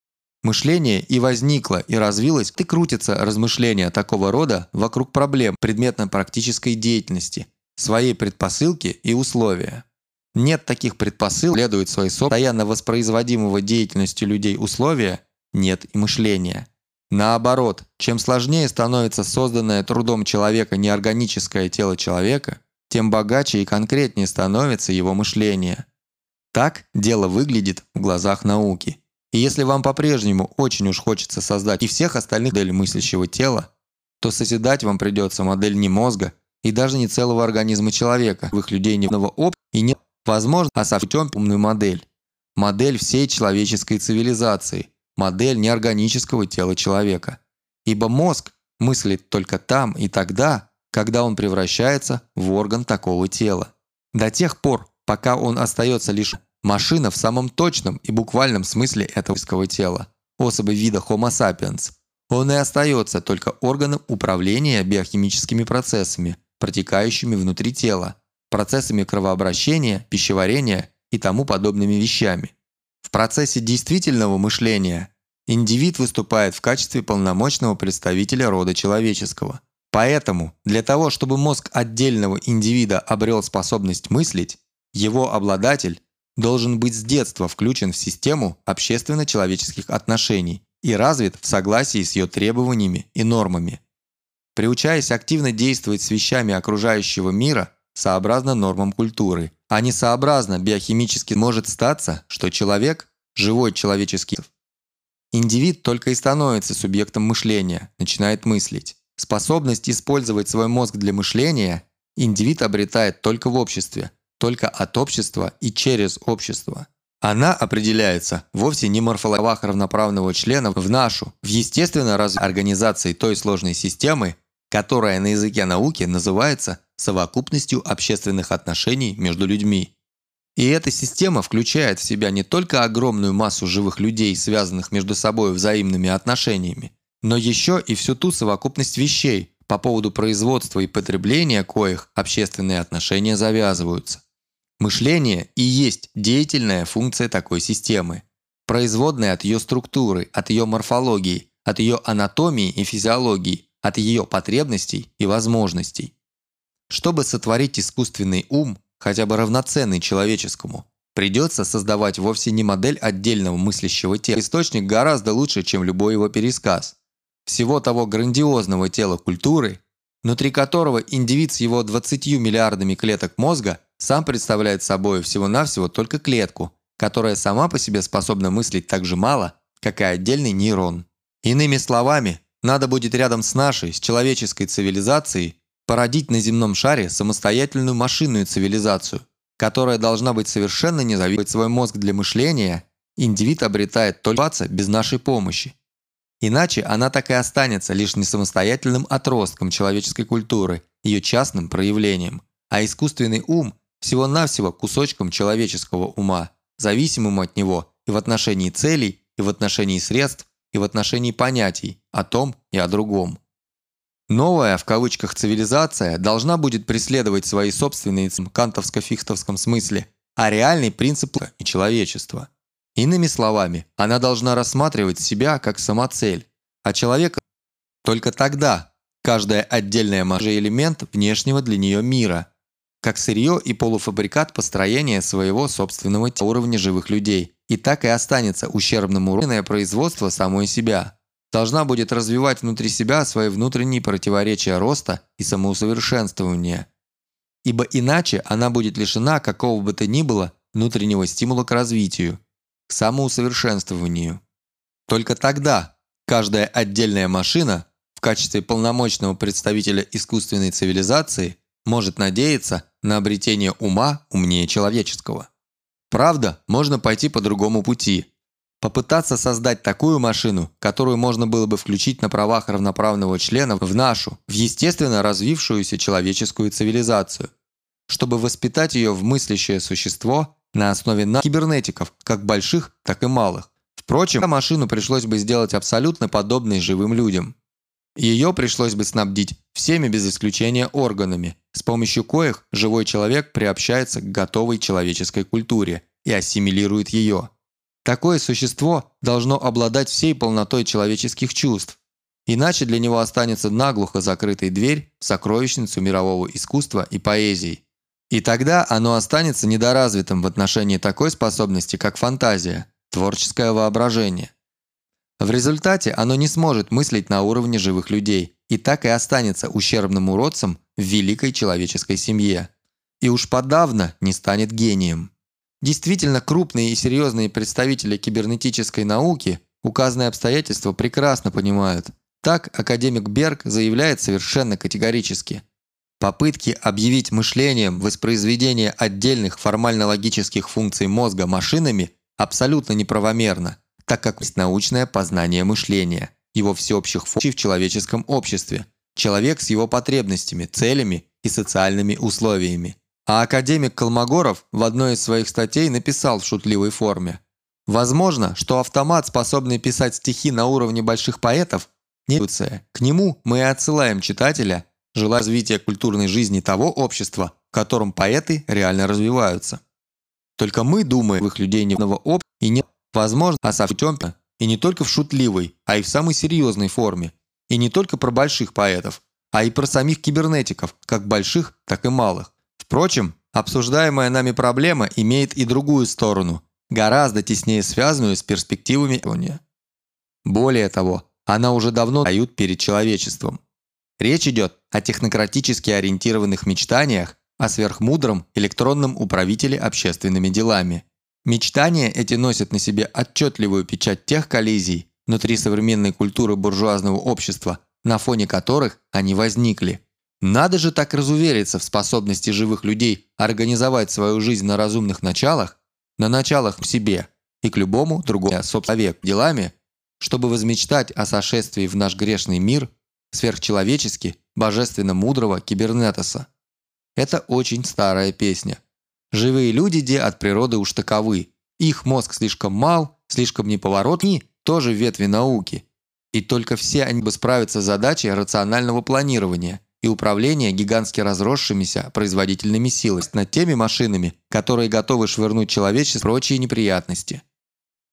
Мышление и возникло, и развилось, и крутится размышления такого рода вокруг проблем предметно-практической деятельности, своей предпосылки и условия. Нет таких предпосылок, следует своей постоянно воспроизводимого деятельностью людей условия, нет и мышления. Наоборот, чем сложнее становится созданное трудом человека неорганическое тело человека, тем богаче и конкретнее становится его мышление. Так дело выглядит в глазах науки. И если вам по-прежнему очень уж хочется создать и всех остальных моделей мыслящего тела, то созидать вам придется модель не мозга и даже не целого организма человека, в их людей невного опыта и не возможно, а совсем умную модель. Модель всей человеческой цивилизации, модель неорганического тела человека. Ибо мозг мыслит только там и тогда, когда он превращается в орган такого тела. До тех пор, пока он остается лишь машина в самом точном и буквальном смысле этого человеческого тела, особи вида Homo sapiens, он и остается только органом управления биохимическими процессами, протекающими внутри тела, процессами кровообращения, пищеварения и тому подобными вещами. В процессе действительного мышления индивид выступает в качестве полномочного представителя рода человеческого. Поэтому для того, чтобы мозг отдельного индивида обрел способность мыслить, его обладатель должен быть с детства включен в систему общественно-человеческих отношений и развит в согласии с ее требованиями и нормами. Приучаясь активно действовать с вещами окружающего мира сообразно нормам культуры, а не сообразно биохимически, может статься, что человек – живой человеческий. Индивид только и становится субъектом мышления, начинает мыслить. Способность использовать свой мозг для мышления индивид обретает только в обществе, только от общества и через общество. Она определяется вовсе не морфологией равноправного члена в нашу, в естественно развитой организации той сложной системы, которая на языке науки называется совокупностью общественных отношений между людьми. И эта система включает в себя не только огромную массу живых людей, связанных между собой взаимными отношениями, но еще и всю ту совокупность вещей, по поводу производства и потребления коих общественные отношения завязываются. Мышление и есть деятельная функция такой системы. производные от ее структуры, от ее морфологии, от ее анатомии и физиологии, от ее потребностей и возможностей. Чтобы сотворить искусственный ум, хотя бы равноценный человеческому, придется создавать вовсе не модель отдельного мыслящего тела. Источник гораздо лучше, чем любой его пересказ. Всего того грандиозного тела культуры, внутри которого индивид с его 20 миллиардами клеток мозга сам представляет собой всего-навсего только клетку, которая сама по себе способна мыслить так же мало, как и отдельный нейрон. Иными словами, надо будет рядом с нашей, с человеческой цивилизацией, породить на земном шаре самостоятельную машинную цивилизацию, которая должна быть совершенно независимой. Свой мозг для мышления индивид обретает только без нашей помощи. Иначе она так и останется лишь не самостоятельным отростком человеческой культуры, ее частным проявлением, а искусственный ум всего-навсего кусочком человеческого ума, зависимым от него и в отношении целей, и в отношении средств, и в отношении понятий о том и о другом. Новая, в кавычках, цивилизация должна будет преследовать свои собственные в кантовско-фихтовском смысле, а реальный принцип и человечества. Иными словами, она должна рассматривать себя как самоцель, а человека только тогда каждая отдельная машина – элемент внешнего для нее мира, как сырье и полуфабрикат построения своего собственного уровня живых людей, и так и останется ущербным уровнем производства самой себя. Должна будет развивать внутри себя свои внутренние противоречия роста и самоусовершенствования. Ибо иначе она будет лишена какого бы то ни было внутреннего стимула к развитию, к самоусовершенствованию. Только тогда каждая отдельная машина в качестве полномочного представителя искусственной цивилизации может надеяться на обретение ума умнее человеческого. Правда, можно пойти по другому пути. Попытаться создать такую машину, которую можно было бы включить на правах равноправного члена в нашу, в естественно развившуюся человеческую цивилизацию, чтобы воспитать ее в мыслящее существо на основе кибернетиков, как больших, так и малых. Впрочем, машину пришлось бы сделать абсолютно подобной живым людям. Ее пришлось бы снабдить всеми без исключения органами, с помощью коих живой человек приобщается к готовой человеческой культуре и ассимилирует ее. Такое существо должно обладать всей полнотой человеческих чувств, иначе для него останется наглухо закрытой дверь в сокровищницу мирового искусства и поэзии. И тогда оно останется недоразвитым в отношении такой способности, как фантазия, творческое воображение. В результате оно не сможет мыслить на уровне живых людей и так и останется ущербным уродцем в великой человеческой семье. И уж подавно не станет гением. Действительно крупные и серьезные представители кибернетической науки указанные обстоятельства прекрасно понимают. Так академик Берг заявляет совершенно категорически. Попытки объявить мышлением воспроизведение отдельных формально-логических функций мозга машинами абсолютно неправомерно, так как есть научное познание мышления, его всеобщих функций в человеческом обществе, человек с его потребностями, целями и социальными условиями. А академик Колмогоров в одной из своих статей написал в шутливой форме: «Возможно, что автомат, способный писать стихи на уровне больших поэтов, не эволюция. К нему мы и отсылаем читателя, желая развития культурной жизни того общества, в котором поэты реально развиваются. Только мы думаем в их людей невного общества и не возможно, а совсем и не только в шутливой, а и в самой серьезной форме, и не только про больших поэтов, а и про самих кибернетиков, как больших, так и малых. Впрочем, обсуждаемая нами проблема имеет и другую сторону, гораздо теснее связанную с перспективами. Более того, она уже давно дают перед человечеством. Речь идет о технократически ориентированных мечтаниях о сверхмудром электронном управителе общественными делами. Мечтания эти носят на себе отчетливую печать тех коллизий внутри современной культуры буржуазного общества, на фоне которых они возникли. Надо же так разувериться в способности живых людей организовать свою жизнь на разумных началах, на началах к себе и к любому другому человеку делами, чтобы возмечтать о сошествии в наш грешный мир сверхчеловечески божественно мудрого кибернетоса. Это очень старая песня. Живые люди де от природы уж таковы. Их мозг слишком мал, слишком неповоротный, тоже ветви науки. И только все они бы справиться с задачей рационального планирования и управления гигантски разросшимися производительными силами над теми машинами, которые готовы швырнуть человечеству в прочие неприятности.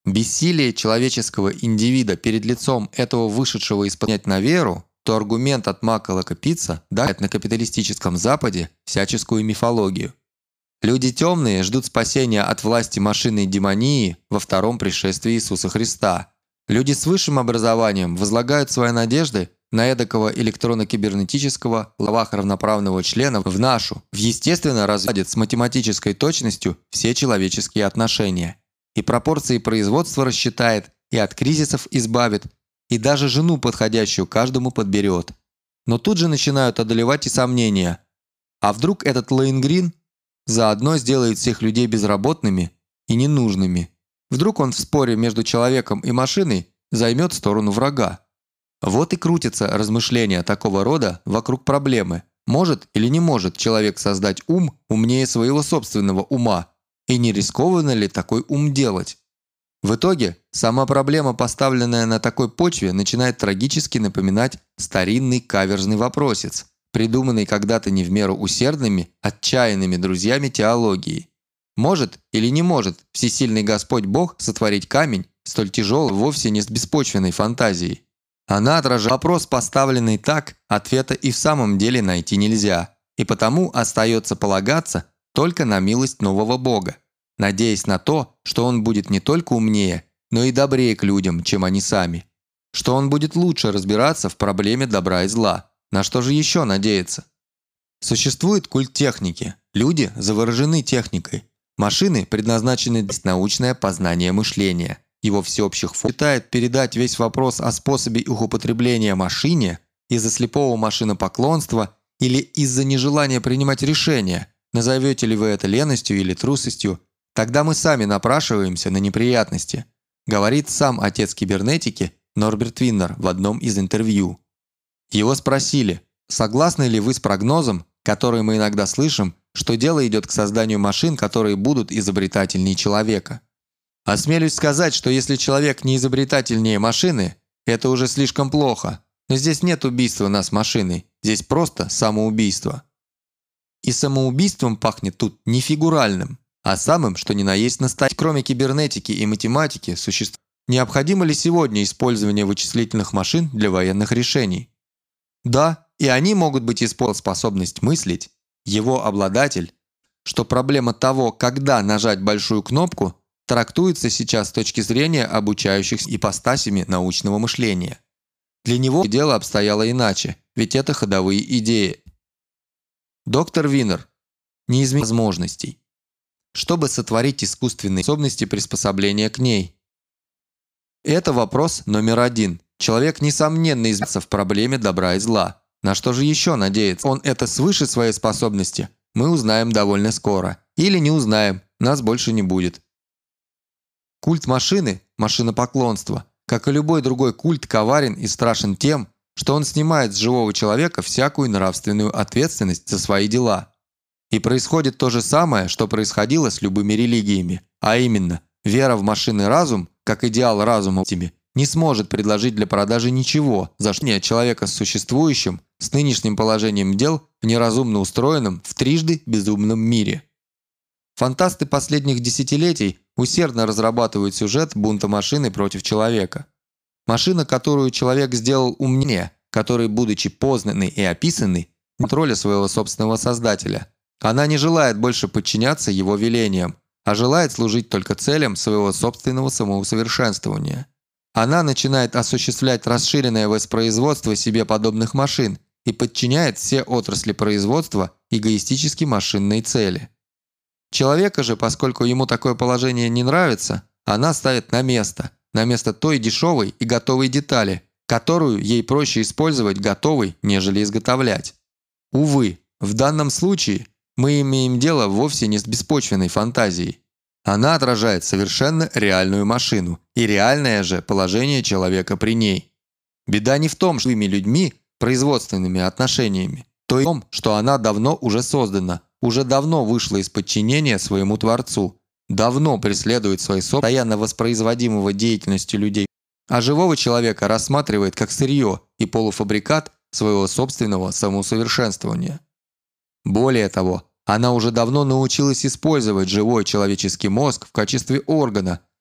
бессилие человеческого индивида перед лицом этого вышедшего исполнять на веру, то аргумент от Макколока Питца дает на капиталистическом Западе всяческую мифологию. Люди темные ждут спасения от власти машинной демонии во втором пришествии Иисуса Христа. Люди с высшим образованием возлагают свои надежды на эдакого электронно-кибернетического лавах равноправного члена в нашу, в естественно разладит с математической точностью все человеческие отношения. И пропорции производства рассчитает, и от кризисов избавит, и даже жену подходящую каждому подберет. Но тут же начинают одолевать и сомнения. А вдруг этот Лоенгрин заодно сделает всех людей безработными и ненужными? Вдруг он в споре между человеком и машиной займет сторону врага? Вот и крутятся размышления такого рода вокруг проблемы. Может или не может человек создать ум умнее своего собственного ума? И не рискованно ли такой ум делать? В итоге, сама проблема, поставленная на такой почве, начинает трагически напоминать старинный каверзный вопросец, придуманный когда-то не в меру усердными, отчаянными друзьями теологии. Может или не может всесильный Господь Бог сотворить камень, столь тяжелый вовсе не с беспочвенной фантазией? Она отражает вопрос, поставленный так, ответа и в самом деле найти нельзя, и потому остается полагаться только на милость нового Бога, надеясь на то, что Он будет не только умнее, но и добрее к людям, чем они сами, что Он будет лучше разбираться в проблеме добра и зла. На что же еще надеяться? Существует культ техники, люди заворожены техникой, машины предназначены для научное познание мышления. Его всеобщих пытает передать весь вопрос о способе их употребления машине из-за слепого машинопоклонства или из-за нежелания принимать решения. Назовете ли вы это ленностью или трусостью, тогда мы сами напрашиваемся на неприятности, говорит сам отец кибернетики Норберт Виннер в одном из интервью. Его спросили, согласны ли вы с прогнозом, который мы иногда слышим, что дело идет к созданию машин, которые будут изобретательнее человека. Осмелюсь сказать, что если человек не изобретательнее машины, это уже слишком плохо. Но здесь нет убийства нас машиной, здесь просто самоубийство. И самоубийством пахнет тут не фигуральным, а самым, что ни на есть настоящим. Кроме кибернетики и математики, существует. Необходимо ли сегодня использование вычислительных машин для военных решений? Да, и они могут быть использованы способность мыслить, его обладатель, что проблема того, когда нажать большую кнопку, трактуется сейчас с точки зрения обучающихся ипостасями научного мышления. Для него дело обстояло иначе, ведь это ходовые идеи. Доктор Виннер. Неизменных возможностей. Чтобы сотворить искусственные способности приспособления к ней. Это вопрос номер один. Человек, несомненно, избавится в проблеме добра и зла. На что же еще надеяться? Он это свыше своей способности. Мы узнаем довольно скоро. Или не узнаем, нас больше не будет. Культ машины, машинопоклонство, как и любой другой культ, коварен и страшен тем, что он снимает с живого человека всякую нравственную ответственность за свои дела. И происходит то же самое, что происходило с любыми религиями, а именно, вера в машинный разум, как идеал разума, не сможет предложить для продажи ничего, за что нет человека с существующим, с нынешним положением дел в неразумно устроенном, в трижды безумном мире. Фантасты последних десятилетий усердно разрабатывают сюжет бунта машины против человека. Машина, которую человек сделал умнее, который, будучи познанной и описанной, контроля своего собственного создателя. Она не желает больше подчиняться его велениям, а желает служить только целям своего собственного самоусовершенствования. Она начинает осуществлять расширенное воспроизводство себе подобных машин и подчиняет все отрасли производства эгоистически машинной цели. Человека же, поскольку ему такое положение не нравится, она ставит на место той дешевой и готовой детали, которую ей проще использовать готовой, нежели изготовлять. Увы, в данном случае мы имеем дело вовсе не с беспочвенной фантазией. Она отражает совершенно реальную машину и реальное же положение человека при ней. Беда не в том, что ими людьми, производственными отношениями, то и в том, что она давно уже создана, уже давно вышла из подчинения своему Творцу, давно преследует свои постоянно воспроизводимого деятельностью людей, а живого человека рассматривает как сырье и полуфабрикат своего собственного самоусовершенствования. Более того, она уже давно научилась использовать живой человеческий мозг в качестве органа,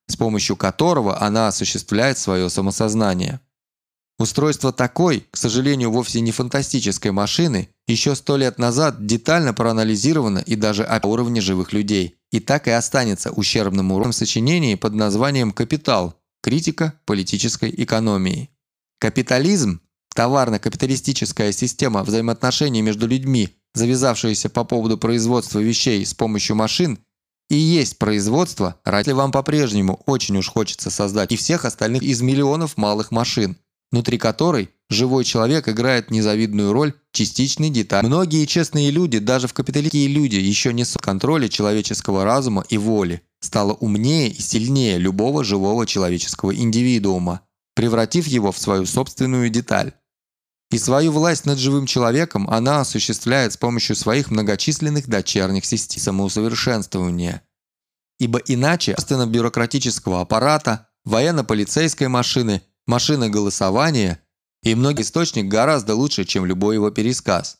с помощью которого она осуществляет свое самосознание. Устройство такой, к сожалению, вовсе не фантастической машины, еще 100 лет назад детально проанализировано и даже о уровне живых людей, и так и останется ущербным уроком в сочинении под названием «Капитал. Критика политической экономии». Капитализм – товарно-капиталистическая система взаимоотношений между людьми, завязавшаяся по поводу производства вещей с помощью машин, и есть производство, ради вам по-прежнему очень уж хочется создать и всех остальных из миллионов малых машин, внутри которой живой человек играет незавидную роль частичной детали. Многие честные люди, даже в капиталистические люди, еще несут контроля человеческого разума и воли, стало умнее и сильнее любого живого человеческого индивидуума, превратив его в свою собственную деталь. И свою власть над живым человеком она осуществляет с помощью своих многочисленных дочерних систем самоусовершенствования. Ибо иначе бюрократического аппарата, военно-полицейской машины, машины голосования и многие источник гораздо лучше, чем любой его пересказ.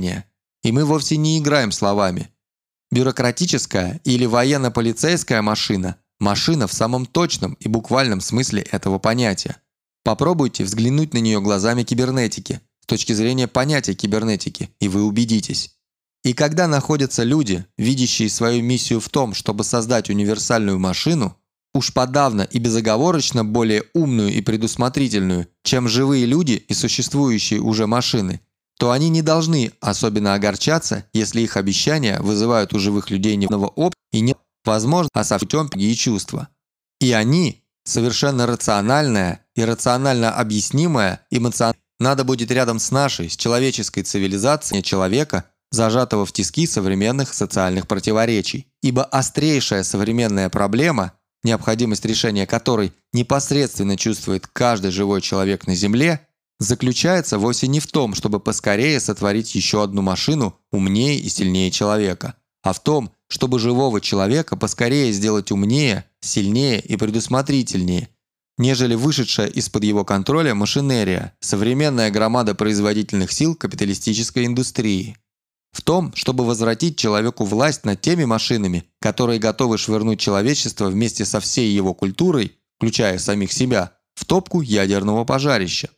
И мы вовсе не играем словами. Бюрократическая или военно-полицейская машина – машина в самом точном и буквальном смысле этого понятия. Попробуйте взглянуть на нее глазами кибернетики, с точки зрения понятия кибернетики, и вы убедитесь. И когда находятся люди, видящие свою миссию в том, чтобы создать универсальную машину, уж подавно и безоговорочно более умную и предусмотрительную, чем живые люди и существующие уже машины, то они не должны особенно огорчаться, если их обещания вызывают у живых людей невного опыта и не возможно, а совсем и чувства. И они совершенно рациональное и рационально объяснимое эмоционально надо будет рядом с нашей, с человеческой цивилизацией человека, зажатого в тиски современных социальных противоречий. Ибо острейшая современная проблема, необходимость решения которой непосредственно чувствует каждый живой человек на Земле, заключается вовсе не в том, чтобы поскорее сотворить еще одну машину умнее и сильнее человека, а в том, чтобы живого человека поскорее сделать умнее, сильнее и предусмотрительнее, нежели вышедшая из-под его контроля машинерия, современная громада производительных сил капиталистической индустрии. В том, чтобы возвратить человеку власть над теми машинами, которые готовы швырнуть человечество вместе со всей его культурой, включая самих себя, в топку ядерного пожарища.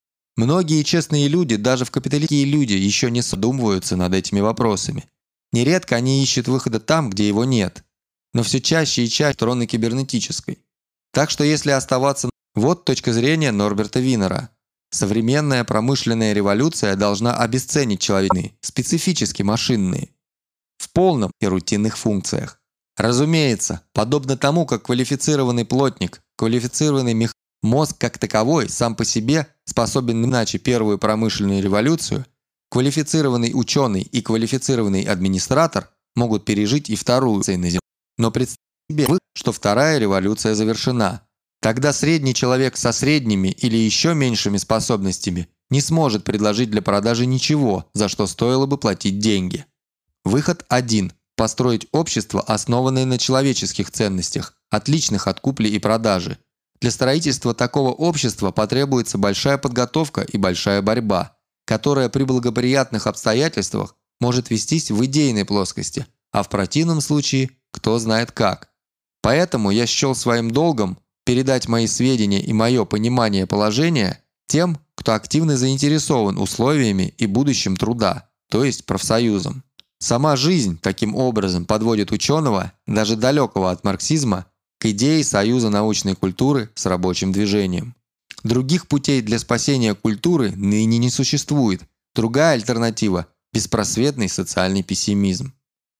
Многие честные люди, даже в капиталистические люди, еще не задумываются над этими вопросами. Нередко они ищут выхода там, где его нет. Но все чаще и чаще стороны кибернетической. Так что если оставаться... Вот точка зрения Норберта Винера. Современная промышленная революция должна обесценить человечные, специфически машинные, в полном и рутинных функциях. Разумеется, подобно тому, как квалифицированный плотник, квалифицированный мозг как таковой сам по себе способен иначе первую промышленную революцию, квалифицированный ученый и квалифицированный администратор могут пережить и вторую на Земле. Но представьте себе, что вторая революция завершена. Тогда средний человек со средними или еще меньшими способностями не сможет предложить для продажи ничего, за что стоило бы платить деньги. Выход один – построить общество, основанное на человеческих ценностях, отличных от купли и продажи. Для строительства такого общества потребуется большая подготовка и большая борьба, которая при благоприятных обстоятельствах может вестись в идейной плоскости, а в противном случае кто знает как. Поэтому я счел своим долгом передать мои сведения и мое понимание положения тем, кто активно заинтересован условиями и будущим труда, то есть профсоюзом. Сама жизнь таким образом подводит ученого, даже далекого от марксизма, к идее союза научной культуры с рабочим движением. Других путей для спасения культуры ныне не существует. Другая альтернатива – беспросветный социальный пессимизм.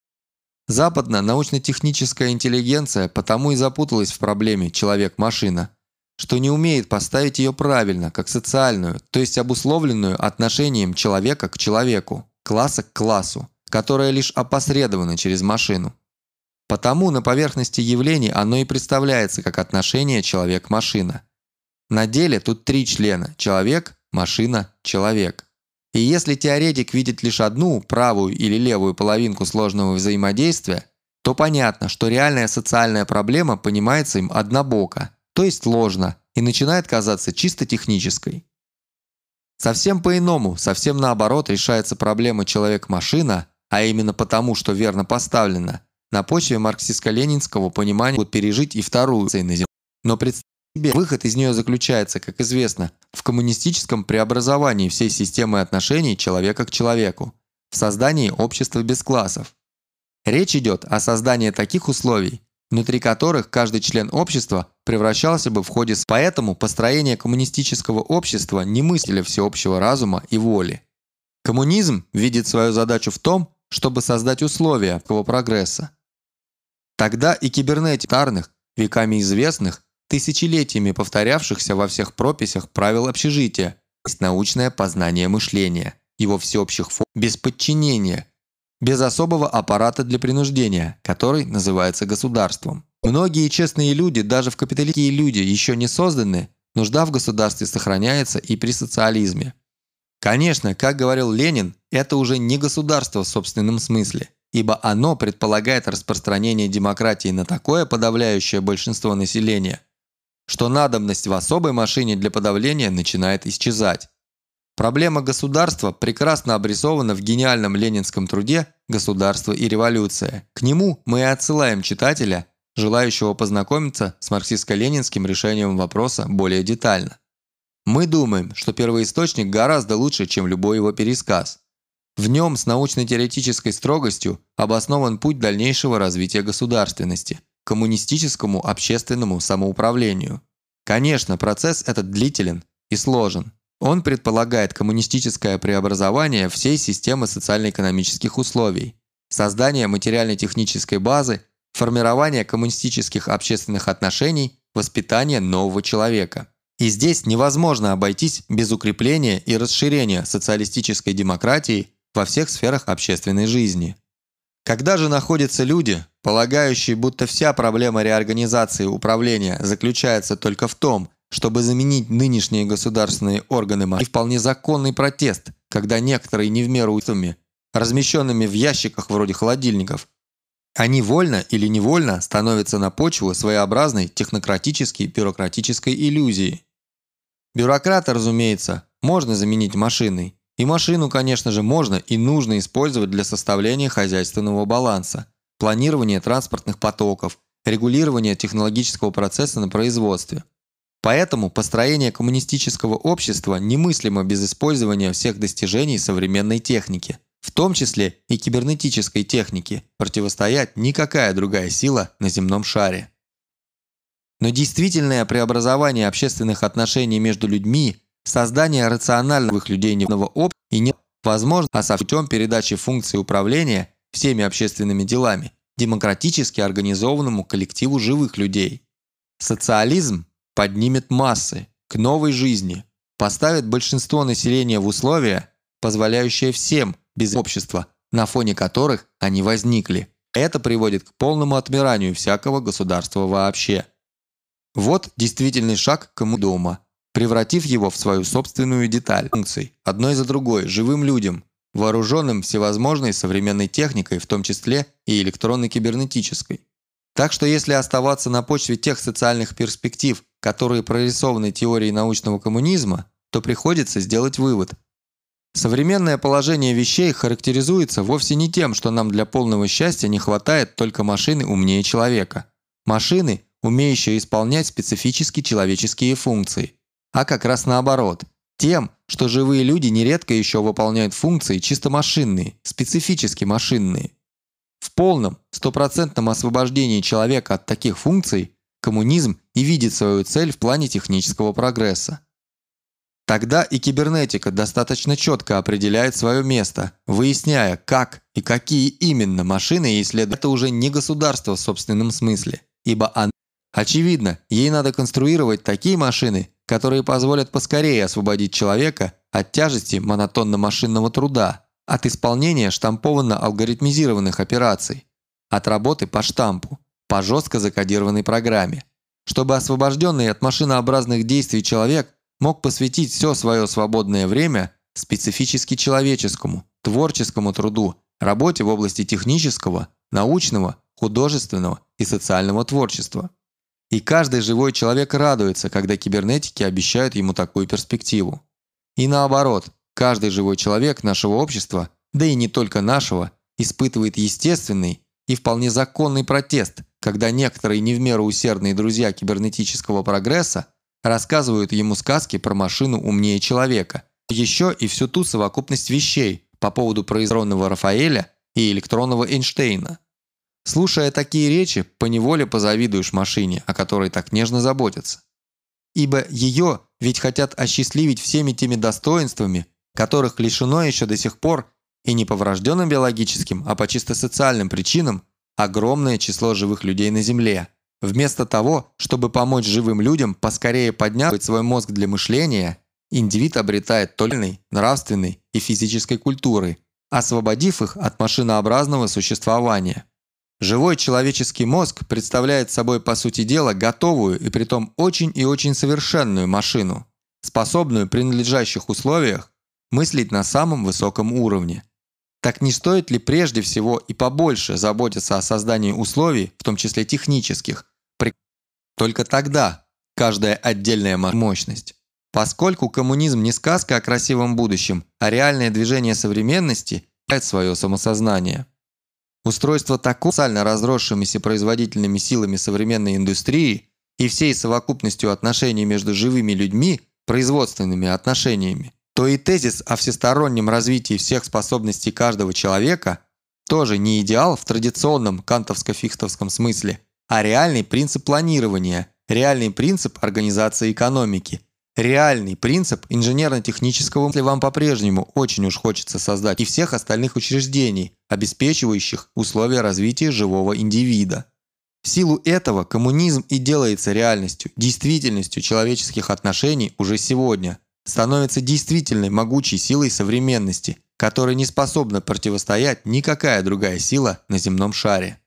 Западная научно-техническая интеллигенция потому и запуталась в проблеме «человек-машина», что не умеет поставить ее правильно, как социальную, то есть обусловленную отношением человека к человеку, класса к классу, которая лишь опосредована через машину. Потому на поверхности явлений оно и представляется как отношение человек-машина. На деле тут три члена – человек, машина, человек. И если теоретик видит лишь одну, правую или левую половинку сложного взаимодействия, то понятно, что реальная социальная проблема понимается им однобоко, то есть ложно, и начинает казаться чисто технической. Совсем по-иному, совсем наоборот решается проблема человек-машина, а именно потому, что верно поставлена, на почве марксистско-ленинского понимания могут пережить и вторую на Земле. Но представьте себе, выход из нее заключается, как известно, в коммунистическом преобразовании всей системы отношений человека к человеку, в создании общества без классов. Речь идет о создании таких условий, внутри которых каждый член общества превращался бы в ходе. Поэтому построение коммунистического общества не мысли всеобщего разума и воли. Коммунизм видит свою задачу в том, чтобы создать условия такого прогресса. Тогда и кибернетик, веками известных, тысячелетиями повторявшихся во всех прописях правил общежития, есть научное познание мышления, его всеобщих форм, без подчинения, без особого аппарата для принуждения, который называется государством. Многие честные люди, даже в капиталистические люди, еще не созданы, нужда в государстве сохраняется и при социализме. Конечно, как говорил Ленин, это уже не государство в собственном смысле, ибо оно предполагает распространение демократии на такое подавляющее большинство населения, что надобность в особой машине для подавления начинает исчезать. Проблема государства прекрасно обрисована в гениальном ленинском труде «Государство и революция». К нему мы и отсылаем читателя, желающего познакомиться с марксистско-ленинским решением вопроса более детально. Мы думаем, что первоисточник гораздо лучше, чем любой его пересказ. В нем с научно-теоретической строгостью обоснован путь дальнейшего развития государственности к коммунистическому общественному самоуправлению. Конечно, процесс этот длителен и сложен. Он предполагает коммунистическое преобразование всей системы социально-экономических условий, создание материально-технической базы, формирование коммунистических общественных отношений, воспитание нового человека. И здесь невозможно обойтись без укрепления и расширения социалистической демократии во всех сферах общественной жизни. Когда же находятся люди, полагающие, будто вся проблема реорганизации управления заключается только в том, чтобы заменить нынешние государственные органы, и вполне законный протест, когда некоторые не в меру утомы, размещенными в ящиках вроде холодильников, они вольно или невольно становятся на почву своеобразной технократической бюрократической иллюзии. Бюрократа, разумеется, можно заменить машиной. И машину, конечно же, можно и нужно использовать для составления хозяйственного баланса, планирования транспортных потоков, регулирования технологического процесса на производстве. Поэтому построение коммунистического общества немыслимо без использования всех достижений современной техники, в том числе и кибернетической техники, противостоять никакая другая сила на земном шаре. Но действительное преобразование общественных отношений между людьми, создание рациональных людей невного общества и не возможно, а со путем передачи функции управления всеми общественными делами демократически организованному коллективу живых людей. Социализм поднимет массы к новой жизни, поставит большинство населения в условия, позволяющие всем без общества, на фоне которых они возникли. Это приводит к полному отмиранию всякого государства вообще. Вот действительный шаг к коммунизму, превратив его в свою собственную деталь функций, одной за другой, живым людям, вооруженным всевозможной современной техникой, в том числе и электронно-кибернетической. Так что если оставаться на почве тех социальных перспектив, которые прорисованы теорией научного коммунизма, то приходится сделать вывод. Современное положение вещей характеризуется вовсе не тем, что нам для полного счастья не хватает только машины умнее человека. Машины, умеющие исполнять специфически человеческие функции. А как раз наоборот. Тем, что живые люди нередко еще выполняют функции чисто машинные, специфически машинные. В полном, стопроцентном освобождении человека от таких функций коммунизм и видит свою цель в плане технического прогресса. Тогда и кибернетика достаточно четко определяет свое место, выясняя, как и какие именно машины ей следует. Это уже не государство в собственном смысле, ибо очевидно, ей надо конструировать такие машины, которые позволят поскорее освободить человека от тяжести монотонно-машинного труда, от исполнения штампованно-алгоритмизированных операций, от работы по штампу, по жестко закодированной программе, чтобы освобожденный от машинообразных действий человек мог посвятить все свое свободное время специфически человеческому, творческому труду, работе в области технического, научного, художественного и социального творчества. И каждый живой человек радуется, когда кибернетики обещают ему такую перспективу. И наоборот, каждый живой человек нашего общества, да и не только нашего, испытывает естественный, и вполне законный протест, когда некоторые не в меру усердные друзья кибернетического прогресса рассказывают ему сказки про машину умнее человека, еще и всю ту совокупность вещей по поводу производного Рафаэля и электронного Эйнштейна. Слушая такие речи, поневоле позавидуешь машине, о которой так нежно заботятся. Ибо ее ведь хотят осчастливить всеми теми достоинствами, которых лишено еще до сих пор и не по врожденным биологическим, а по чисто социальным причинам огромное число живых людей на Земле. Вместо того, чтобы помочь живым людям поскорее поднять свой мозг для мышления, индивид обретает тольной, нравственной и физической культуры, освободив их от машинообразного существования. Живой человеческий мозг представляет собой, по сути дела, готовую и притом очень и очень совершенную машину, способную при надлежащих условиях мыслить на самом высоком уровне. Так не стоит ли прежде всего и побольше заботиться о создании условий, в том числе технических, только тогда каждая отдельная мощность. Поскольку коммунизм не сказка о красивом будущем, а реальное движение современности теряет свое самосознание. Устройство такого социально разросшимися производительными силами современной индустрии и всей совокупностью отношений между живыми людьми, производственными отношениями, то и тезис о всестороннем развитии всех способностей каждого человека тоже не идеал в традиционном кантовско-фихтовском смысле, а реальный принцип планирования, реальный принцип организации экономики, реальный принцип инженерно-технического, если вам по-прежнему очень уж хочется создать, и всех остальных учреждений, обеспечивающих условия развития живого индивида. В силу этого коммунизм и делается реальностью, действительностью человеческих отношений уже сегодня, становится действительной могучей силой современности, которой не способна противостоять никакая другая сила на земном шаре.